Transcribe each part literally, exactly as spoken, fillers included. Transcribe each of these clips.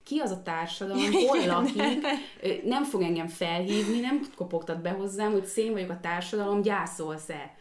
ki az a társadalom, hol lakik, nem fog engem felhívni, nem kopogtat be hozzám, hogy szén vagyok a társadalom, gyászolsz-e.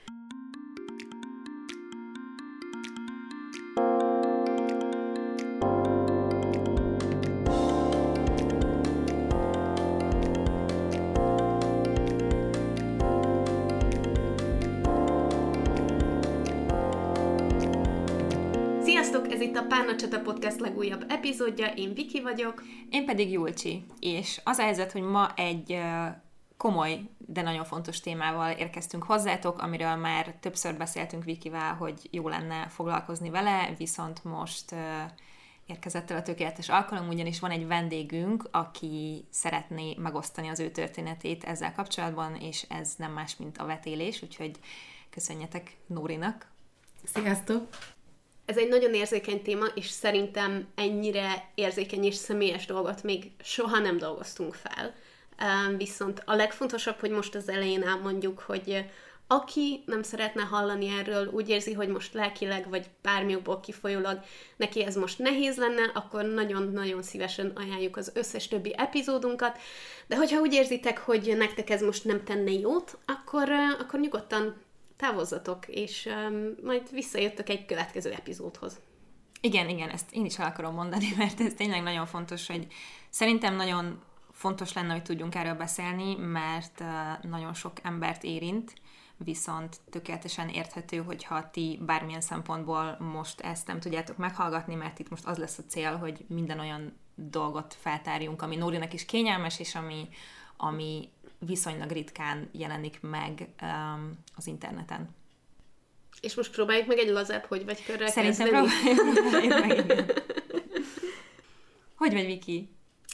Sziasztok, ez itt a Párna Csata Podcast legújabb epizódja, én Viki vagyok. Én pedig Julcsi, és az a helyzet, hogy ma egy komoly, de nagyon fontos témával érkeztünk hozzátok, amiről már többször beszéltünk Vikivel, hogy jó lenne foglalkozni vele, viszont most érkezett el a tökéletes alkalom, ugyanis van egy vendégünk, aki szeretné megosztani az ő történetét ezzel kapcsolatban, és ez nem más, mint a vetélés, úgyhogy köszönjetek Nórinak. Sziasztok! Ez egy nagyon érzékeny téma, és szerintem ennyire érzékeny és személyes dolgot még soha nem dolgoztunk fel. Viszont a legfontosabb, hogy most az elején elmondjuk, hogy aki nem szeretne hallani erről, úgy érzi, hogy most lelkileg, vagy bármiokból kifolyólag neki ez most nehéz lenne, akkor nagyon-nagyon szívesen ajánljuk az összes többi epizódunkat, de hogyha úgy érzitek, hogy nektek ez most nem tenne jót, akkor, akkor nyugodtan távozzatok, és um, majd visszajöttök egy következő epizódhoz. Igen, igen, ezt én is el akarom mondani, mert ez tényleg nagyon fontos, hogy szerintem nagyon fontos lenne, hogy tudjunk erről beszélni, mert uh, nagyon sok embert érint, viszont tökéletesen érthető, hogyha ti bármilyen szempontból most ezt nem tudjátok meghallgatni, mert itt most az lesz a cél, hogy minden olyan dolgot feltárjunk, ami Nórinak is kényelmes, és ami, ami viszonylag ritkán jelenik meg um, az interneten. És most próbáljuk meg egy lazább hogy vagy körrel Szerintem kezdeni. próbáljuk meg, igen. Hogy vagy, Viki?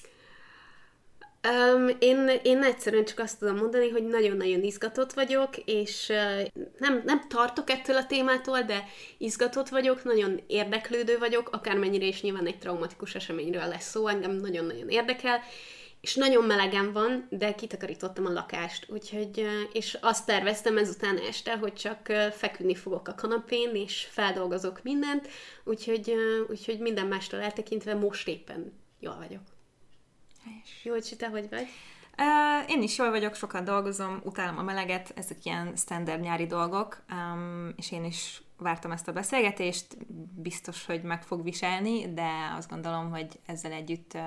Um, én, én egyszerűen csak azt tudom mondani, hogy nagyon-nagyon izgatott vagyok, és uh, nem, nem tartok ettől a témától, de izgatott vagyok, nagyon érdeklődő vagyok, akármennyire is nyilván egy traumatikus eseményről lesz szó, engem nagyon-nagyon érdekel, és nagyon melegen van, de kitakarítottam a lakást, úgyhogy, és azt terveztem ezután este, hogy csak feküdni fogok a kanapén, és feldolgozok mindent, úgyhogy, úgyhogy minden mástól eltekintve most éppen jól vagyok. Jólcsi, te hogy vagy? Uh, én is jól vagyok, sokat dolgozom, utálom a meleget, ezek ilyen standard nyári dolgok, um, és én is vártam ezt a beszélgetést, biztos, hogy meg fog viselni, de azt gondolom, hogy ezzel együtt uh,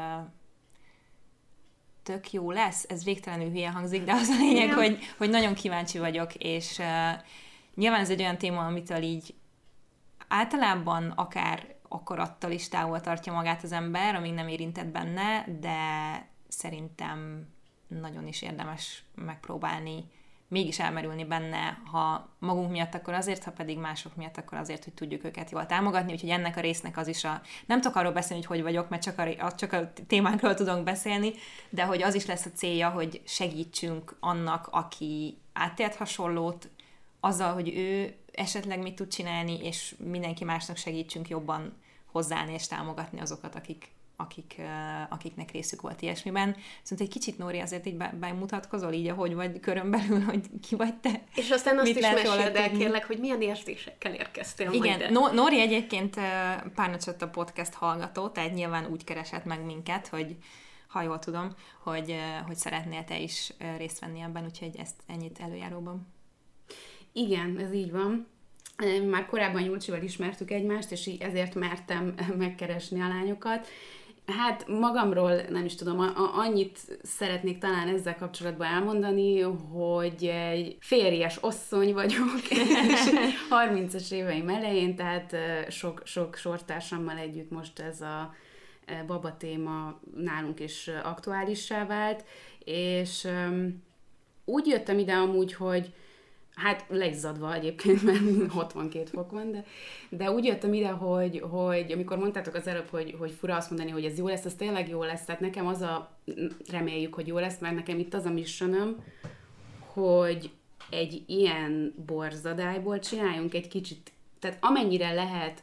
tök jó lesz, ez végtelenül hülye hangzik, de az a lényeg, hogy, hogy nagyon kíváncsi vagyok, és uh, nyilván ez egy olyan téma, amitől így általában akár akarattal is távol tartja magát az ember, amíg nem érintett benne, de szerintem nagyon is érdemes megpróbálni mégis elmerülni benne, ha magunk miatt, akkor azért, ha pedig mások miatt, akkor azért, hogy tudjuk őket jól támogatni, úgyhogy ennek a résznek az is a... Nem tudok arról beszélni, hogy hogy vagyok, mert csak a, csak a témánkról tudunk beszélni, de hogy az is lesz a célja, hogy segítsünk annak, aki átélt hasonlót, azzal, hogy ő esetleg mit tud csinálni, és mindenki másnak segítsünk jobban hozzáállni és támogatni azokat, akik, akik, uh, akiknek részük volt ilyesmiben. Viszont egy kicsit, Nóri, azért így bemutatkozol így, ahogy vagy körön belül, hogy ki vagy te. És aztán azt is meséld el, kérlek, hogy milyen érzésekkel érkeztél Igen, majd. No- Nóri egyébként uh, Párna Csata Podcast hallgató, tehát nyilván úgy keresett meg minket, hogy ha jól tudom, hogy, uh, hogy szeretnél te is uh, részt venni ebben, úgyhogy ezt ennyit előjáróban. Igen, ez így van. Már korábban Julcsival ismertük egymást, és így ezért mertem megkeresni a lányokat. Hát magamról nem is tudom, a- annyit szeretnék talán ezzel kapcsolatban elmondani, hogy egy férjes asszony vagyok, és harmincas éveim elején, tehát sok, sok sortársammal együtt most ez a baba téma nálunk is aktuálissá vált, és úgy jöttem ide amúgy, hogy hát leizzadva egyébként, mert hatvankét fok van, de, de úgy jöttem ide, hogy, hogy amikor mondtátok az előbb, hogy, hogy fura azt mondani, hogy ez jó lesz, az tényleg jó lesz, tehát nekem az a, reméljük, hogy jó lesz, mert nekem itt az a missionöm, hogy egy ilyen borzadályból csináljunk egy kicsit, tehát amennyire lehet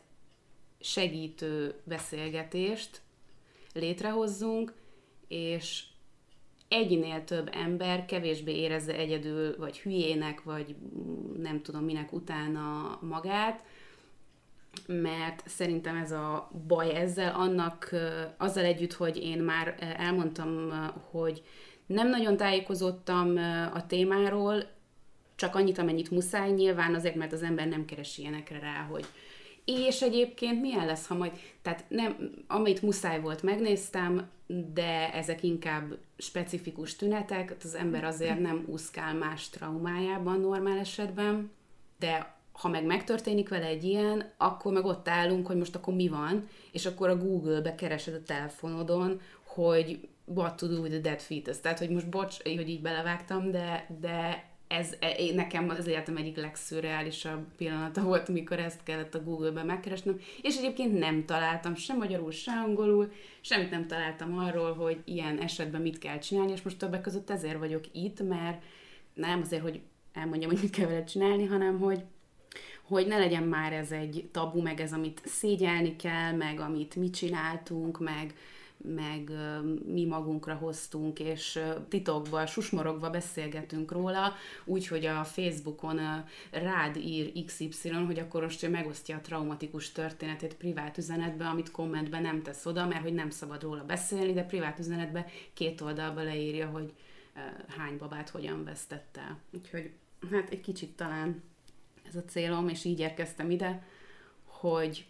segítő beszélgetést létrehozzunk, és egynél több ember kevésbé érezze egyedül, vagy hülyének, vagy nem tudom minek utána magát, mert szerintem ez a baj ezzel, annak azzal együtt, hogy én már elmondtam, hogy nem nagyon tájékozottam a témáról, csak annyit, amennyit muszáj, nyilván azért, mert az ember nem keres ilyenekre rá, hogy és egyébként milyen lesz, ha majd, tehát nem, amit muszáj volt, megnéztem, de ezek inkább specifikus tünetek, az ember azért nem úszkál más traumájában normál esetben, de ha meg megtörténik vele egy ilyen, akkor meg ott állunk, hogy most akkor mi van, és akkor a Google-be keresed a telefonodon, hogy what to do with a dead fetus. Tehát, hogy most bocs, hogy így belevágtam, de, de ez nekem az életem egyik legszürreálisabb pillanata volt, amikor ezt kellett a Google-ben megkeresnem, és egyébként nem találtam se magyarul, se angolul, semmit nem találtam arról, hogy ilyen esetben mit kell csinálni, és most többek között ezért vagyok itt, mert nem azért, hogy elmondjam, hogy mit kell vele csinálni, hanem hogy hogy ne legyen már ez egy tabu, meg ez, amit szégyelni kell, meg amit mi csináltunk, meg, meg mi magunkra hoztunk, és titokban, susmorogva beszélgetünk róla, úgyhogy a Facebookon rád ír iksz ipszilon, hogy akkor most ő megosztja a traumatikus történetét privát üzenetbe, amit kommentben nem tesz oda, mert hogy nem szabad róla beszélni, de privát üzenetbe két oldalba leírja, hogy hány babát hogyan vesztett el. Úgyhogy hát egy kicsit talán ez a célom, és így érkeztem ide, hogy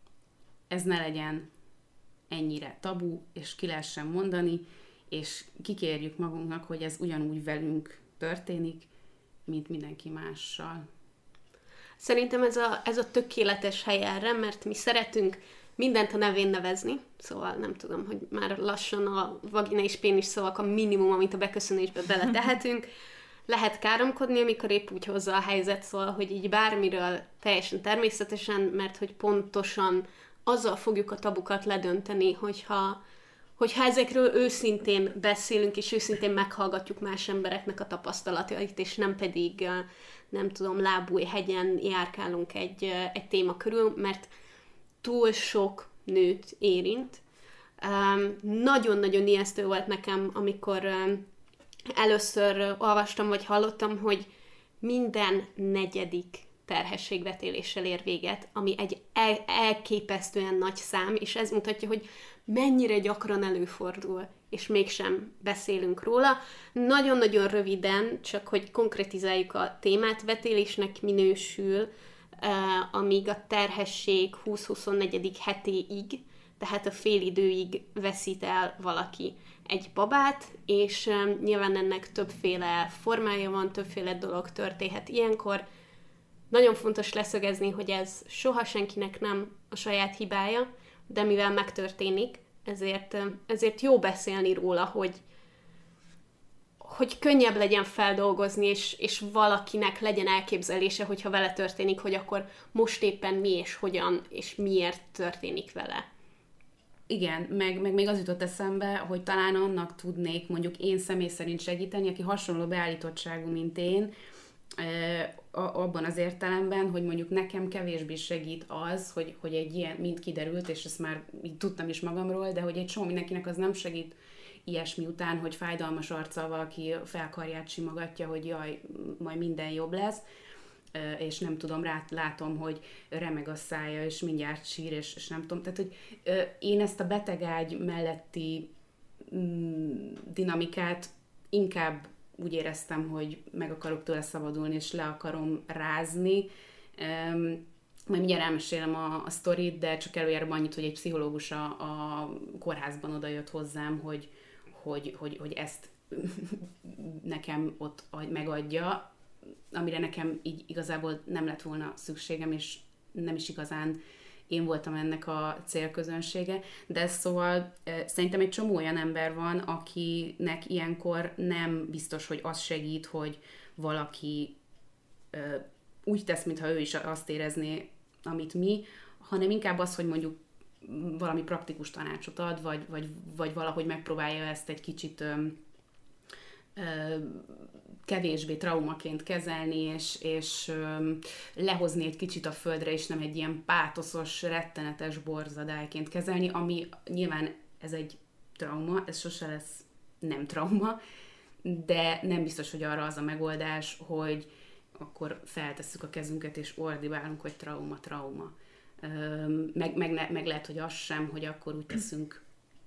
ez ne legyen ennyire tabu, és ki lehessen mondani, és kikérjük magunknak, hogy ez ugyanúgy velünk történik, mint mindenki mással. Szerintem ez a, ez a tökéletes hely erre, mert mi szeretünk mindent a nevén nevezni, szóval nem tudom, hogy már lassan a vagina és pénis szavak a minimum, amit a beköszönésbe beletehetünk. Lehet káromkodni, amikor épp úgy hozza a helyzet, szóval, hogy így bármiről teljesen természetesen, mert hogy pontosan azzal fogjuk a tabukat ledönteni, hogyha, hogyha ezekről őszintén beszélünk, és őszintén meghallgatjuk más embereknek a tapasztalatait, és nem pedig, nem tudom, lábújhegyen járkálunk egy, egy téma körül, mert túl sok nőt érint. Nagyon-nagyon ijesztő volt nekem, amikor először olvastam, vagy hallottam, hogy minden negyedik terhességvetéléssel ér véget, ami egy el- elképesztően nagy szám, és ez mutatja, hogy mennyire gyakran előfordul, és mégsem beszélünk róla. Nagyon-nagyon röviden, csak hogy konkretizáljuk a témát, vetélésnek minősül, uh, amíg a terhesség húsz-huszonnegyedik hetéig, tehát a félidőig veszít el valaki egy babát, és um, nyilván ennek többféle formája van, többféle dolog történhet ilyenkor. Nagyon fontos leszögezni, hogy ez soha senkinek nem a saját hibája, de mivel megtörténik, ezért, ezért jó beszélni róla, hogy, hogy könnyebb legyen feldolgozni, és, és valakinek legyen elképzelése, hogyha vele történik, hogy akkor most éppen mi és hogyan, és miért történik vele. Igen, meg, meg még az jutott eszembe, hogy talán annak tudnék mondjuk én személy szerint segíteni, aki hasonló beállítottságú, mint én, abban az értelemben, hogy mondjuk nekem kevésbé segít az, hogy, hogy egy ilyen, mind kiderült, és ezt már így tudtam is magamról, de hogy egy csomó mindenkinek az nem segít ilyesmi után, hogy fájdalmas arccal valaki felkarját simogatja, hogy jaj, majd minden jobb lesz, és nem tudom, rá, látom, hogy remeg a szája, és mindjárt sír, és, és nem tudom. Tehát, hogy én ezt a betegágy melletti mm, dinamikát inkább úgy éreztem, hogy meg akarok tőle szabadulni, és le akarom rázni. Um, majd mindjárt elmesélem a, a sztorit, de csak előjáróban annyit, hogy egy pszichológus a, a kórházban odajött hozzám, hogy, hogy, hogy, hogy ezt nekem ott megadja, amire nekem így igazából nem lett volna szükségem, és nem is igazán én voltam ennek a célközönsége, de szóval e, szerintem egy csomó olyan ember van, akinek ilyenkor nem biztos, hogy az segít, hogy valaki e, úgy tesz, mintha ő is azt érezné, amit mi, hanem inkább az, hogy mondjuk valami praktikus tanácsot ad, vagy, vagy, vagy valahogy megpróbálja ezt egy kicsit ö, ö, kevésbé traumaként kezelni, és, és ö, lehozni egy kicsit a földre, és nem egy ilyen pátoszos, rettenetes borzadályként kezelni, ami nyilván ez egy trauma, ez sose lesz nem trauma, de nem biztos, hogy arra az a megoldás, hogy akkor feltesszük a kezünket, és ordibálunk, hogy trauma, trauma. meg, meg, ne, meg lehet, hogy az sem, hogy akkor úgy teszünk,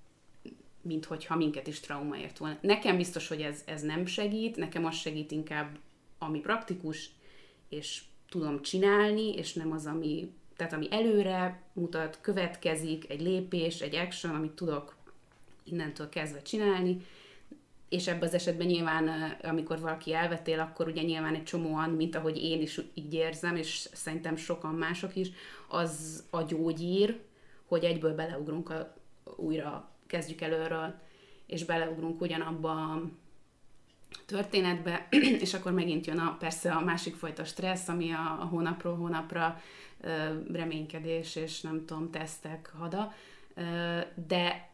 mint hogyha minket is trauma ért volna. Nekem biztos, hogy ez, ez nem segít, nekem az segít inkább, ami praktikus, és tudom csinálni, és nem az, ami, tehát ami előre mutat, következik, egy lépés, egy action, amit tudok innentől kezdve csinálni, és ebben az esetben nyilván, amikor valaki elvetél, akkor ugye nyilván egy csomóan, mint ahogy én is így érzem, és szerintem sokan mások is, az a gyógyír, hogy egyből beleugrunk, a, újra kezdjük előről, és beleugrunk ugyanabba a történetbe, és akkor megint jön a, persze a másik fajta stressz, ami a, a hónapról hónapra ö, reménykedés, és nem tudom, tesztek hada, ö, de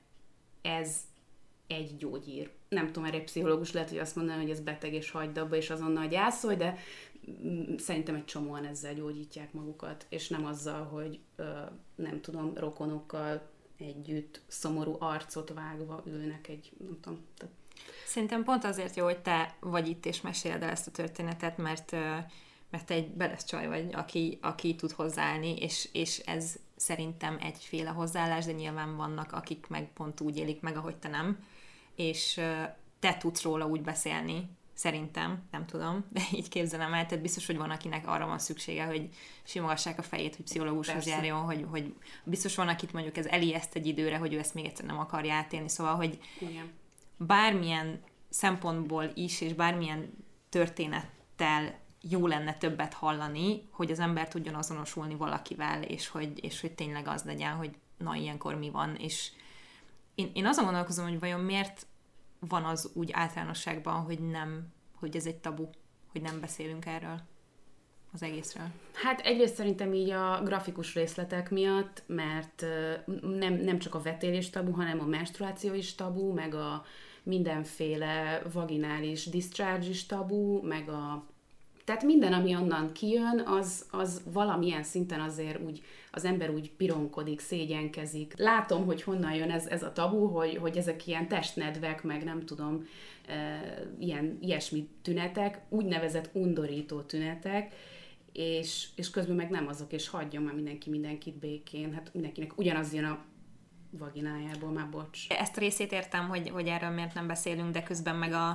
ez egy gyógyír. Nem tudom, erre egy pszichológus lehet, hogy azt mondaná, hogy ez beteg, és hagyd abba, és azonnal gyászolj, de szerintem egy csomóan ezzel gyógyítják magukat, és nem azzal, hogy ö, nem tudom, rokonokkal együtt szomorú arcot vágva ülnek egy, nem tudom. Tehát... Szerintem pont azért jó, hogy te vagy itt, és meséled el ezt a történetet, mert, mert te egy beles csaj vagy, aki, aki tud hozzáállni, és, és ez szerintem egyféle hozzáállás, de nyilván vannak, akik meg pont úgy élik meg, ahogy te nem, és te tudsz róla úgy beszélni, szerintem, nem tudom, de így képzelem el, tehát biztos, hogy van, akinek arra van szüksége, hogy simogassák a fejét, hogy pszichológushoz Persze. járjon, hogy, hogy biztos van, akit mondjuk ez elijeszt egy időre, hogy ő ezt még egyszer nem akarja átélni, szóval, hogy Igen. bármilyen szempontból is, és bármilyen történettel jó lenne többet hallani, hogy az ember tudjon azonosulni valakivel, és hogy, és hogy tényleg az legyen, hogy na, ilyenkor mi van, és én, én azon gondolkozom, hogy vajon miért van az úgy általánosságban, hogy nem, hogy ez egy tabu, hogy nem beszélünk erről, az egészről. Hát egyrészt szerintem így a grafikus részletek miatt, mert nem, nem csak a vetélés tabu, hanem a menstruáció is tabu, meg a mindenféle vaginális discharge is tabu, meg a... Tehát minden, ami onnan kijön, az, az valamilyen szinten azért úgy, az ember úgy pironkodik, szégyenkezik. Látom, hogy honnan jön ez, ez a tabu, hogy, hogy ezek ilyen testnedvek, meg nem tudom, e, ilyen, ilyesmi tünetek, úgynevezett undorító tünetek, és, és közben meg nem azok, és hagyjon már mindenki mindenkit békén. Hát mindenkinek ugyanaz jön a vaginájából, már bocs. Ezt a részét értem, hogy, hogy erről miért nem beszélünk, de közben meg a,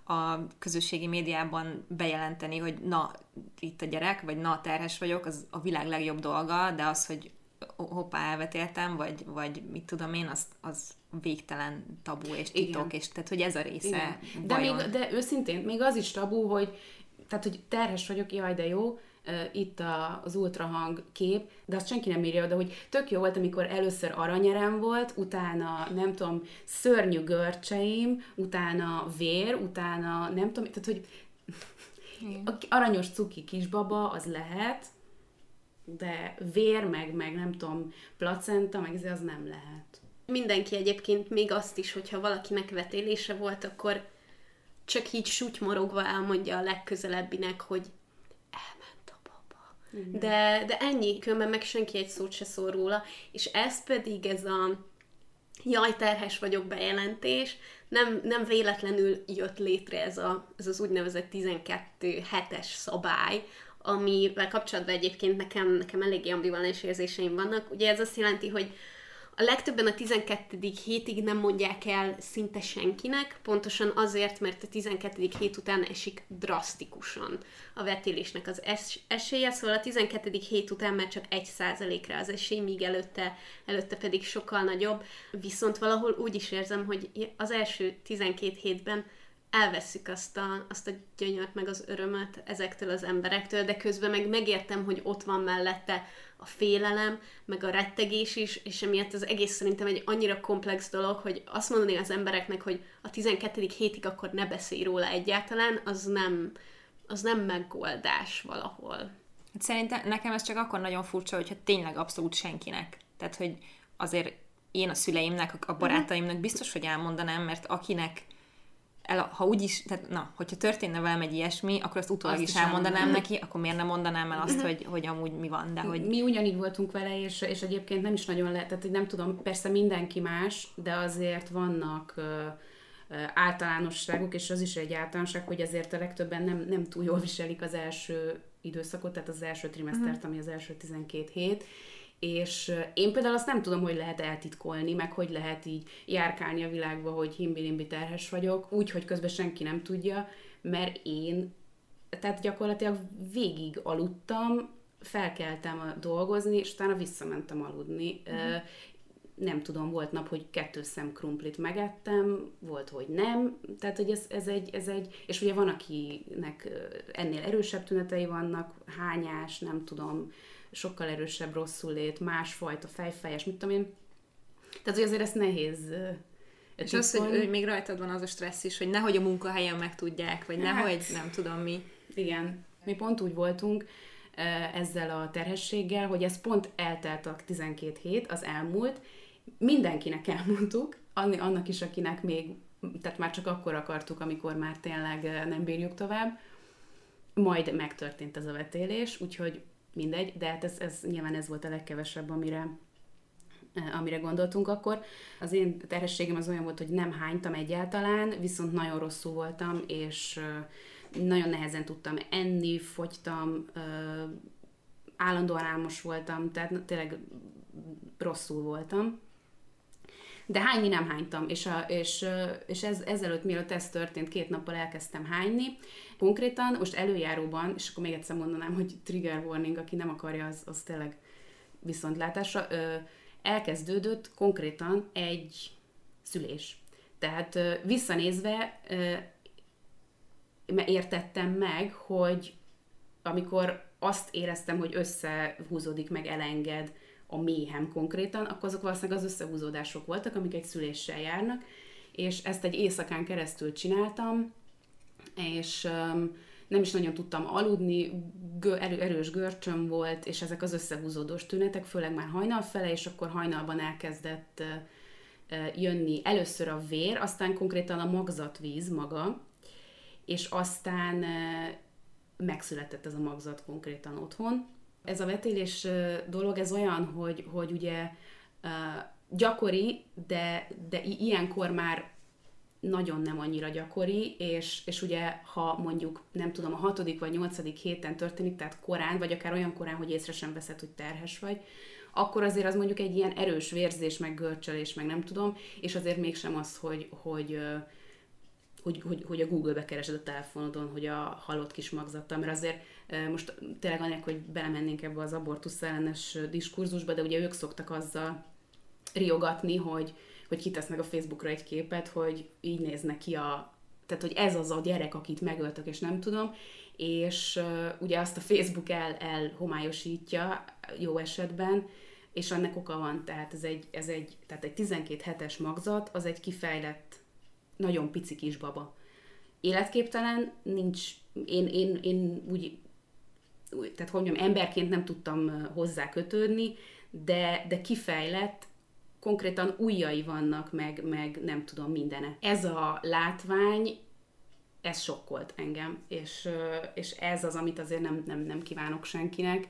a közösségi médiában bejelenteni, hogy na, itt a gyerek, vagy na, terhes vagyok, az a világ legjobb dolga, de az, hogy hoppá, elvetéltem, vagy, vagy mit tudom én, az, az végtelen tabu és titok, Igen. és tehát, hogy ez a része de, még, de őszintén, még az is tabu, hogy tehát, hogy terhes vagyok, jaj, de jó, itt a, az ultrahang kép, de azt senki nem írja oda, hogy tök jó volt, amikor először aranyerem volt, utána, nem tudom, szörnyű görcseim, utána vér, utána, nem tudom, tehát, hogy Igen. aranyos cuki kisbaba, az lehet, de vér, meg, meg nem tudom, placenta, meg ez az nem lehet. Mindenki egyébként még azt is, hogyha valakinek vetélése volt, akkor csak így sutymorogva elmondja a legközelebbinek, hogy De, de ennyi, különben meg senki egy szót se szól róla, és ez pedig ez a jaj, terhes vagyok bejelentés, nem, nem véletlenül jött létre ez, a, ez az úgynevezett tizenkettő hetes szabály, amivel kapcsolatban egyébként nekem, nekem eléggé ambivalens érzéseim vannak. Ugye ez azt jelenti, hogy a legtöbben a tizenkettedik hétig nem mondják el szinte senkinek, pontosan azért, mert a tizenkettedik hét után esik drasztikusan a vetélésnek az es- esélye, szóval a tizenkettedik hét után már csak egy százalékra az esély, míg előtte, előtte pedig sokkal nagyobb. Viszont valahol úgy is érzem, hogy az első tizenkét hétben elveszük azt a, azt a gyönyört, meg az örömöt ezektől az emberektől, de közben meg megértem, hogy ott van mellette a félelem, meg a rettegés is, és emiatt az egész szerintem egy annyira komplex dolog, hogy azt mondani az embereknek, hogy a tizenkettedik hétig akkor ne beszélj róla egyáltalán, az nem, az nem megoldás valahol. Szerintem nekem ez csak akkor nagyon furcsa, hogyha tényleg abszolút senkinek. Tehát, hogy azért én a szüleimnek, a barátaimnak biztos, hogy elmondanám, mert akinek El, ha úgyis, tehát na, hogyha történne velem egy ilyesmi, akkor azt utólag azt is elmondanám elmondanám. neki, akkor miért nem mondanám el azt, hogy, hogy amúgy mi van, de hogy... Mi ugyanígy voltunk vele, és, és egyébként nem is nagyon lehet, tehát nem tudom, persze mindenki más, de azért vannak uh, uh, általánosságok, és az is egy általánosság, hogy azért a legtöbben nem, nem túl jól viselik az első időszakot, tehát az első trimesztert, uh-huh. ami az első tizenkét hét, és én például azt nem tudom, hogy lehet eltitkolni, meg hogy lehet így járkálni a világba, hogy himbi-limbi terhes vagyok, úgy, hogy közben senki nem tudja, mert én, tehát gyakorlatilag végig aludtam, felkeltem dolgozni, és utána visszamentem aludni. Mm. Nem tudom, volt nap, hogy kettő szem krumplit megettem, volt, hogy nem, tehát hogy ez, ez, egy, ez egy, és ugye van, akinek ennél erősebb tünetei vannak, hányás, nem tudom, sokkal erősebb rosszulét, másfajta fejfájás, mit tudom én. Tehát, hogy azért ezt nehéz. És az, hogy, hogy még rajtad van az a stressz is, hogy nehogy a munkahelyen megtudják, vagy hát, nehogy nem tudom mi. Igen, mi pont úgy voltunk ezzel a terhességgel, hogy ez pont eltelt a tizenkét hét, az elmúlt, mindenkinek elmondtuk, annak is, akinek még, tehát már csak akkor akartuk, amikor már tényleg nem bírjuk tovább, majd megtörtént ez a vetélés, úgyhogy mindegy, de hát ez, ez nyilván ez volt a legkevesebb, amire, amire gondoltunk akkor. Az én terhességem az olyan volt, hogy nem hánytam egyáltalán, viszont nagyon rosszul voltam, és nagyon nehezen tudtam enni, fogytam, állandóan álmos voltam, tehát tényleg rosszul voltam. De hányni nem hánytam, és, a, és, és ez, ezelőtt, mielőtt ez történt, két nappal elkezdtem hányni. Konkrétan most előjáróban, és akkor még egyszer mondanám, hogy trigger warning, aki nem akarja, az, az tényleg viszontlátásra, elkezdődött konkrétan egy szülés. Tehát visszanézve értettem meg, hogy amikor azt éreztem, hogy összehúzódik meg, elenged a méhem konkrétan, akkor azok valószínűleg az összehúzódások voltak, amik egy szüléssel járnak, és ezt egy éjszakán keresztül csináltam, és um, nem is nagyon tudtam aludni, gö- erő, erős görcsöm volt, és ezek az összehúzódós tünetek, főleg már hajnal fele, és akkor hajnalban elkezdett uh, uh, jönni először a vér, aztán konkrétan a magzatvíz maga, és aztán uh, megszületett ez a magzat konkrétan otthon. Ez a vetélés dolog, ez olyan, hogy, hogy ugye uh, gyakori, de, de ilyenkor már nagyon nem annyira gyakori, és, és ugye ha mondjuk, nem tudom, a hatodik vagy nyolcadik héten történik, tehát korán, vagy akár olyan korán, hogy észre sem veszed, hogy terhes vagy, akkor azért az mondjuk egy ilyen erős vérzés, meg görcsölés, meg nem tudom, és azért mégsem az, hogy, hogy Hogy, hogy, hogy a Google-be keresed a telefonodon, hogy a halott kis magzattal, mert azért most tényleg anélkül, hogy belemennénk ebbe az abortusz ellenes diskurzusba, de ugye ők szoktak azzal riogatni, hogy, hogy kitesznek a Facebookra egy képet, hogy így néznek ki a... Tehát, hogy ez az a gyerek, akit megöltek, és nem tudom, és uh, ugye azt a Facebook el, elhomályosítja jó esetben, és annak oka van, tehát ez egy, ez egy, tehát egy tizenkét hetes magzat, az egy kifejlett nagyon pici kis baba. Életképtelen, nincs, én, én, én úgy, úgy, tehát hogy mondjam, emberként nem tudtam hozzá kötődni, de, de kifejlett, konkrétan ujjai vannak, meg, meg nem tudom, mindene. Ez a látvány, ez sokkolt engem, és, és ez az, amit azért nem, nem, nem kívánok senkinek,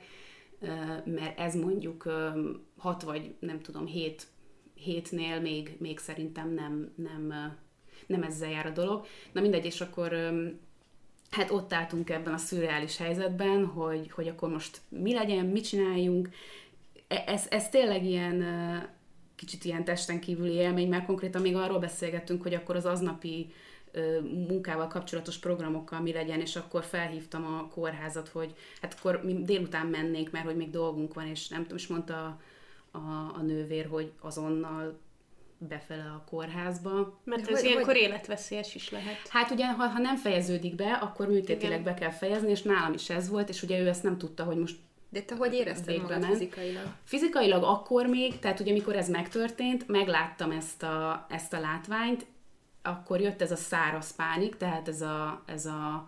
mert ez mondjuk hat vagy nem tudom, hét hétnél még, még szerintem nem, nem nem ezzel jár a dolog. Na mindegy, és akkor hát ott álltunk ebben a szürreális helyzetben, hogy, hogy akkor most mi legyen, mit csináljunk. Ez, ez tényleg ilyen kicsit ilyen testen kívüli élmény, mert konkrétan még arról beszélgettünk, hogy akkor az aznapi munkával kapcsolatos programokkal mi legyen, és akkor felhívtam a kórházat, hogy hát akkor mi délután mennénk, mert hogy még dolgunk van, és nem tudom, és mondta a, a, a nővér, hogy azonnal befele a kórházba. Mert ez hogy, ilyenkor hogy... életveszélyes is lehet. Hát ugye, ha, ha nem fejeződik be, akkor műtétileg be kell fejezni, és nálam is ez volt, és ugye ő ezt nem tudta, hogy most de te hogy érezted magad ment. fizikailag? Fizikailag akkor még, tehát ugye amikor ez megtörtént, megláttam ezt a, ezt a látványt, akkor jött ez a száraz pánik, tehát ez a, ez a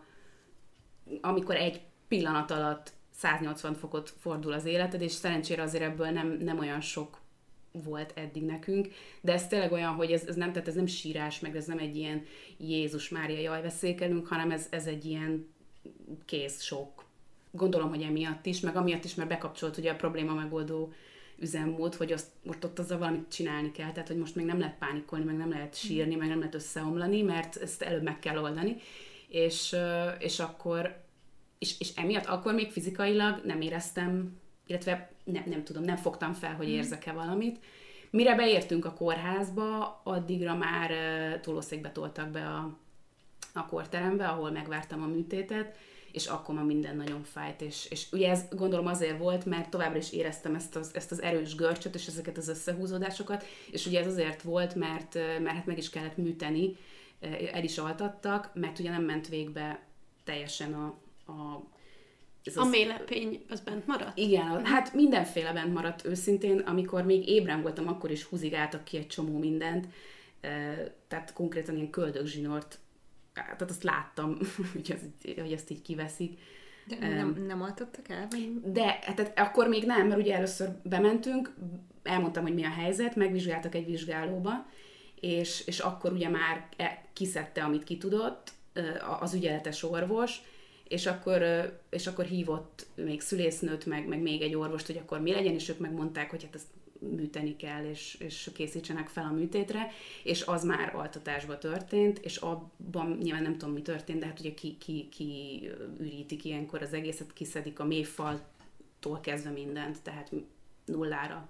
amikor egy pillanat alatt száznyolcvan fokot fordul az életed, és szerencsére azért ebből nem, nem olyan sok volt eddig nekünk, de ez tényleg olyan, hogy ez, ez nem, tehát ez nem sírás, meg ez nem egy ilyen Jézus Mária, jaj, veszélykelünk, hanem ez, ez egy ilyen kész sok. Gondolom, hogy emiatt is, meg amiatt is, mert bekapcsolt ugye a probléma megoldó üzemmód, hogy azt, most ott azzal valamit csinálni kell, tehát hogy most még nem lehet pánikolni, meg nem lehet sírni, meg nem lehet összeomlani, mert ezt előbb meg kell oldani, és, és akkor és, és emiatt akkor még fizikailag nem éreztem illetve nem, nem tudom, nem fogtam fel, hogy érzek-e valamit. Mire beértünk a kórházba, addigra már uh, tolószékbe toltak be a, a kórterembe, ahol megvártam a műtétet, és akkor már minden nagyon fájt, és, és ugye ez gondolom azért volt, mert továbbra is éreztem ezt az, ezt az erős görcsöt, és ezeket az összehúzódásokat, és ugye ez azért volt, mert, mert hát meg is kellett műteni, el is altattak, mert ugye nem ment végbe teljesen a... a A az, mélepény az bent maradt? Igen, hát mindenféle bent maradt őszintén, amikor még ébren voltam, akkor is húzigáltak ki egy csomó mindent, tehát konkrétan ilyen köldögzsinort, tehát azt láttam, hogy, az, hogy ezt így kiveszik. De nem, nem altattak el? Vagy? De hát akkor még nem, mert ugye először bementünk, elmondtam, hogy mi a helyzet, megvizsgáltak egy vizsgálóba, és, és akkor ugye már kiszedte, amit ki tudott, az ügyeletes orvos, és akkor, és akkor hívott még szülésznőt, meg, meg még egy orvost, hogy akkor mi legyen, és ők megmondták, hogy hát ezt műteni kell, és, és készítsenek fel a műtétre, és az már altatásba történt, és abban nyilván nem tudom, mi történt, de hát ugye ki, ki, ki ürítik ilyenkor az egészet, kiszedik a mélyfaltól kezdve mindent, tehát nullára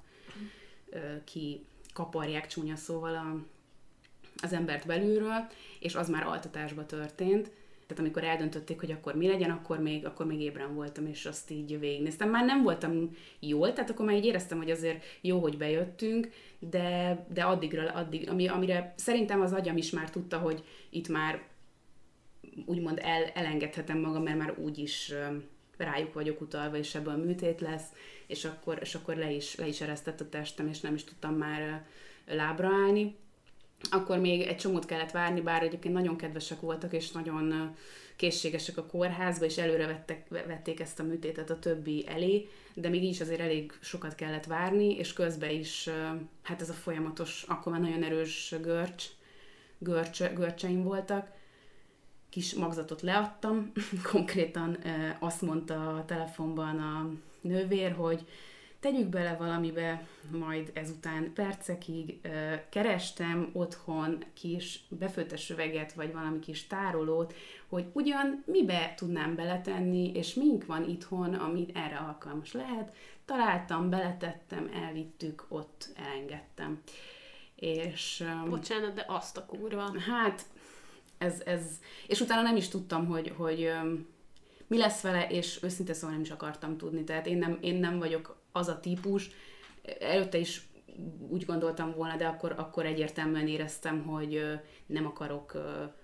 ki kaparják csúnya szóval a, az embert belülről, és az már altatásba történt. Tehát amikor eldöntötték, hogy akkor mi legyen, akkor még, akkor még ébren voltam, és azt így végignéztem. Már nem voltam jól, tehát akkor már így éreztem, hogy azért jó, hogy bejöttünk, de, de addigra, addig, ami, amire szerintem az agyam is már tudta, hogy itt már úgymond el, elengedhetem magam, mert már úgyis rájuk vagyok utalva, és ebből műtét lesz, és akkor, és akkor le, is, le is eresztett a testem, és nem is tudtam már lábra állni. Akkor még egy csomót kellett várni, bár egyébként nagyon kedvesek voltak, és nagyon készségesek a kórházba, és előre vettek, vették ezt a műtétet a többi elé, de még így is azért elég sokat kellett várni, és közben is, hát ez a folyamatos, akkor már nagyon erős görcs, görcs görcseim voltak. Kis magzatot leadtam, konkrétan azt mondta a telefonban a nővér, hogy tegyük bele valamibe, majd ezután percekig ö, kerestem otthon kis befőttes üveget, vagy valami kis tárolót, hogy ugyan mibe tudnám beletenni, és mink van itthon, ami erre alkalmas lehet. Találtam, beletettem, elvittük, ott elengedtem. És, um, Bocsánat, de azt a kurva. Hát, ez, ez, és utána nem is tudtam, hogy, hogy um, mi lesz vele, és őszintén szóval nem is akartam tudni. Tehát én nem, én nem vagyok az a típus. Előtte is úgy gondoltam volna, de akkor, akkor egyértelműen éreztem, hogy nem akarok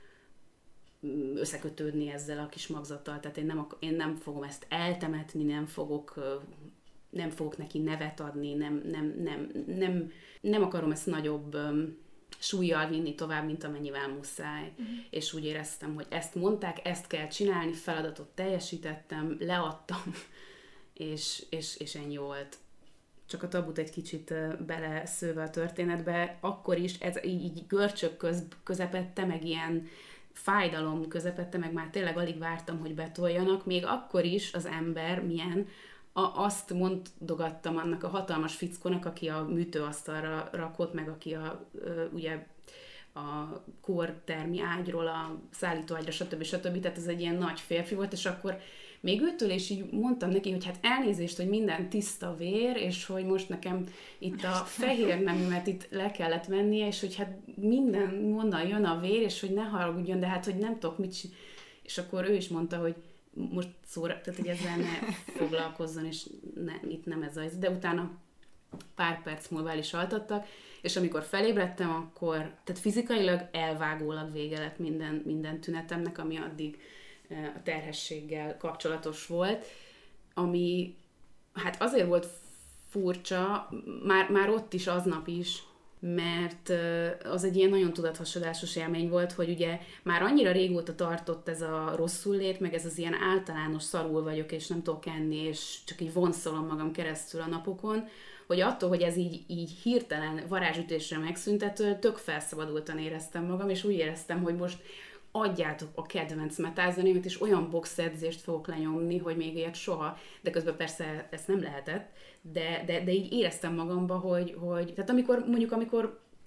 összekötődni ezzel a kis magzattal. Tehát én nem, én nem fogom ezt eltemetni, nem fogok, nem fogok neki nevet adni, nem, nem, nem, nem, nem akarom ezt nagyobb súllyal vinni tovább, mint amennyivel muszáj. Uh-huh. És úgy éreztem, hogy ezt mondták, ezt kell csinálni, feladatot teljesítettem, leadtam, és, és, és ennyi volt. Csak a tabut egy kicsit beleszőve a történetbe, akkor is ez így, így görcsök köz, közepette, meg ilyen fájdalom közepette, meg már tényleg alig vártam, hogy betoljanak, még akkor is az ember milyen, a, azt mondogattam annak a hatalmas fickónak, aki a műtőasztalra rakott, meg aki a, ugye a kórtermi ágyról a szállítóágyra, stb. stb. Tehát ez egy ilyen nagy férfi volt, és akkor még őtől is így mondtam neki, hogy hát elnézést, hogy minden tiszta vér, és hogy most nekem itt a fehér neműmet itt le kellett vennie, és hogy hát minden onnan jön a vér, és hogy ne haragudjon, de hát hogy nem tudok mit csinálni. És akkor ő is mondta, hogy most szóra, tehát hogy ezzel ne foglalkozzon, és ne, itt nem ez az. De utána pár perc múlva el is altattak, és amikor felébredtem, akkor, tehát fizikailag elvágólag vége lett minden, minden tünetemnek, ami addig a terhességgel kapcsolatos volt, ami hát azért volt furcsa, már, már ott is aznap is, mert az egy ilyen nagyon tudathasadásos élmény volt, hogy ugye már annyira régóta tartott ez a rosszul lét, meg ez az ilyen általános szarul vagyok, és nem tudok enni, és csak így vonszolom magam keresztül a napokon, hogy attól, hogy ez így, így hirtelen varázsütésre megszüntetől, tök felszabadultan éreztem magam, és úgy éreztem, hogy most adjátok a kedvenc metálzenémet, és olyan boxedzést fogok lenyomni, hogy még ilyet soha, de közben persze ezt nem lehetett, de, de, de így éreztem magamba, hogy, hogy tehát amikor, mondjuk amikor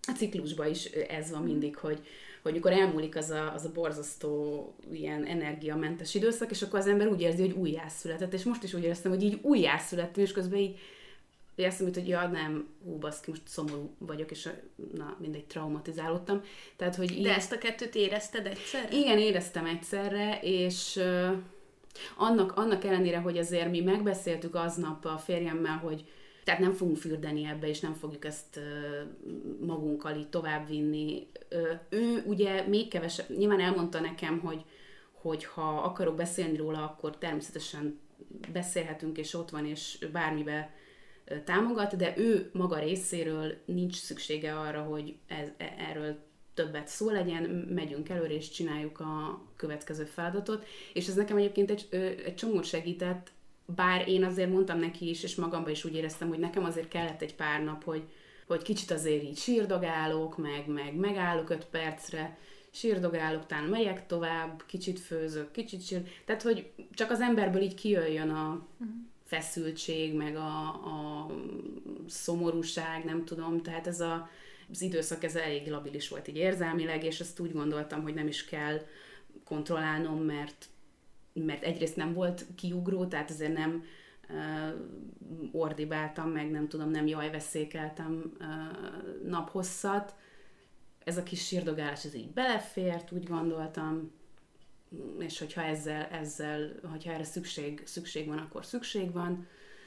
a ciklusban is ez van mindig, hogy, hogy mikor elmúlik az a, az a borzasztó ilyen energiamentes időszak, és akkor az ember úgy érzi, hogy újjászületett, és most is úgy éreztem, hogy így újjászülettem, és közben így eszembe, hogy ja, nem, hú, baszki, most szomorú vagyok, és na, mindegy, traumatizálódtam. Tehát, hogy így... De ezt a kettőt érezted egyszerre? Igen, éreztem egyszerre, és uh, annak, annak ellenére, hogy azért mi megbeszéltük aznap a férjemmel, hogy tehát nem fogunk fürdeni ebbe, és nem fogjuk ezt uh, magunkkal így továbbvinni. Uh, ő ugye még kevesebb, nyilván elmondta nekem, hogy, hogy ha akarok beszélni róla, akkor természetesen beszélhetünk, és ott van, és bármibe támogat, de ő maga részéről nincs szüksége arra, hogy ez, erről többet szó legyen, megyünk előre és csináljuk a következő feladatot, és ez nekem egyébként egy, egy csomót segített, bár én azért mondtam neki is, és magamban is úgy éreztem, hogy nekem azért kellett egy pár nap, hogy, hogy kicsit azért így sírdogálok, meg, meg megállok öt percre, sírdogálok, utána megyek tovább, kicsit főzök, kicsit sír, tehát hogy csak az emberből így kijöjjön a feszültség, meg a, a szomorúság, nem tudom, tehát ez a, az időszak ez elég labilis volt így érzelmileg, és ezt úgy gondoltam, hogy nem is kell kontrollálnom, mert, mert egyrészt nem volt kiugró, tehát azért nem uh, ordibáltam, meg nem tudom, nem jajveszékeltem uh, naphosszat. Ez a kis sírdogálás, ez így belefért, úgy gondoltam, és hogyha ezzel, ezzel hogyha erre szükség, szükség van, akkor szükség van.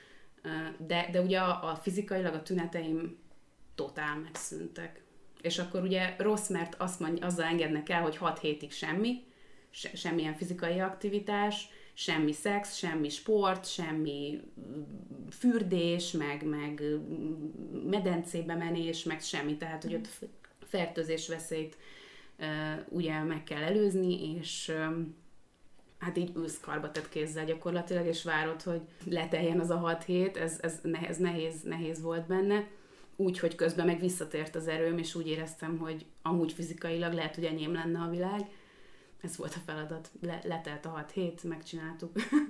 De, de ugye a, a fizikailag a tüneteim totál megszűntek. És akkor ugye rossz, mert azt mondja, azzal engednek el, hogy hat hétig semmi, se, semmilyen fizikai aktivitás, semmi szex, semmi sport, semmi fürdés, meg, meg medencébe menés, meg semmi. Tehát, hogy ott fertőzés veszélyt Uh, ugye meg kell előzni, és um, hát így ülsz karba tett kézzel gyakorlatilag, és várod, hogy leteljen az a hat hét, ez, ez nehéz, nehéz, nehéz volt benne, úgy, hogy közben meg visszatért az erőm, és úgy éreztem, hogy amúgy fizikailag lehet, hogy enyém lenne a világ. Ez volt a feladat. Le, letelt a hat hét, megcsináltuk.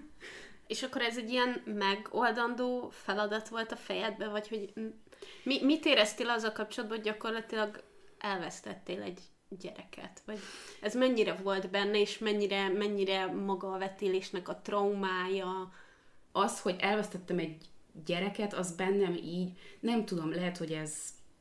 És akkor ez egy ilyen megoldandó feladat volt a fejedben, vagy hogy mi, mit éreztél azzal kapcsolatban, hogy gyakorlatilag elvesztettél egy gyereket? Vagy ez mennyire volt benne, és mennyire, mennyire maga a vetélésnek a traumája? Az, hogy elvesztettem egy gyereket, az bennem így, nem tudom, lehet, hogy ez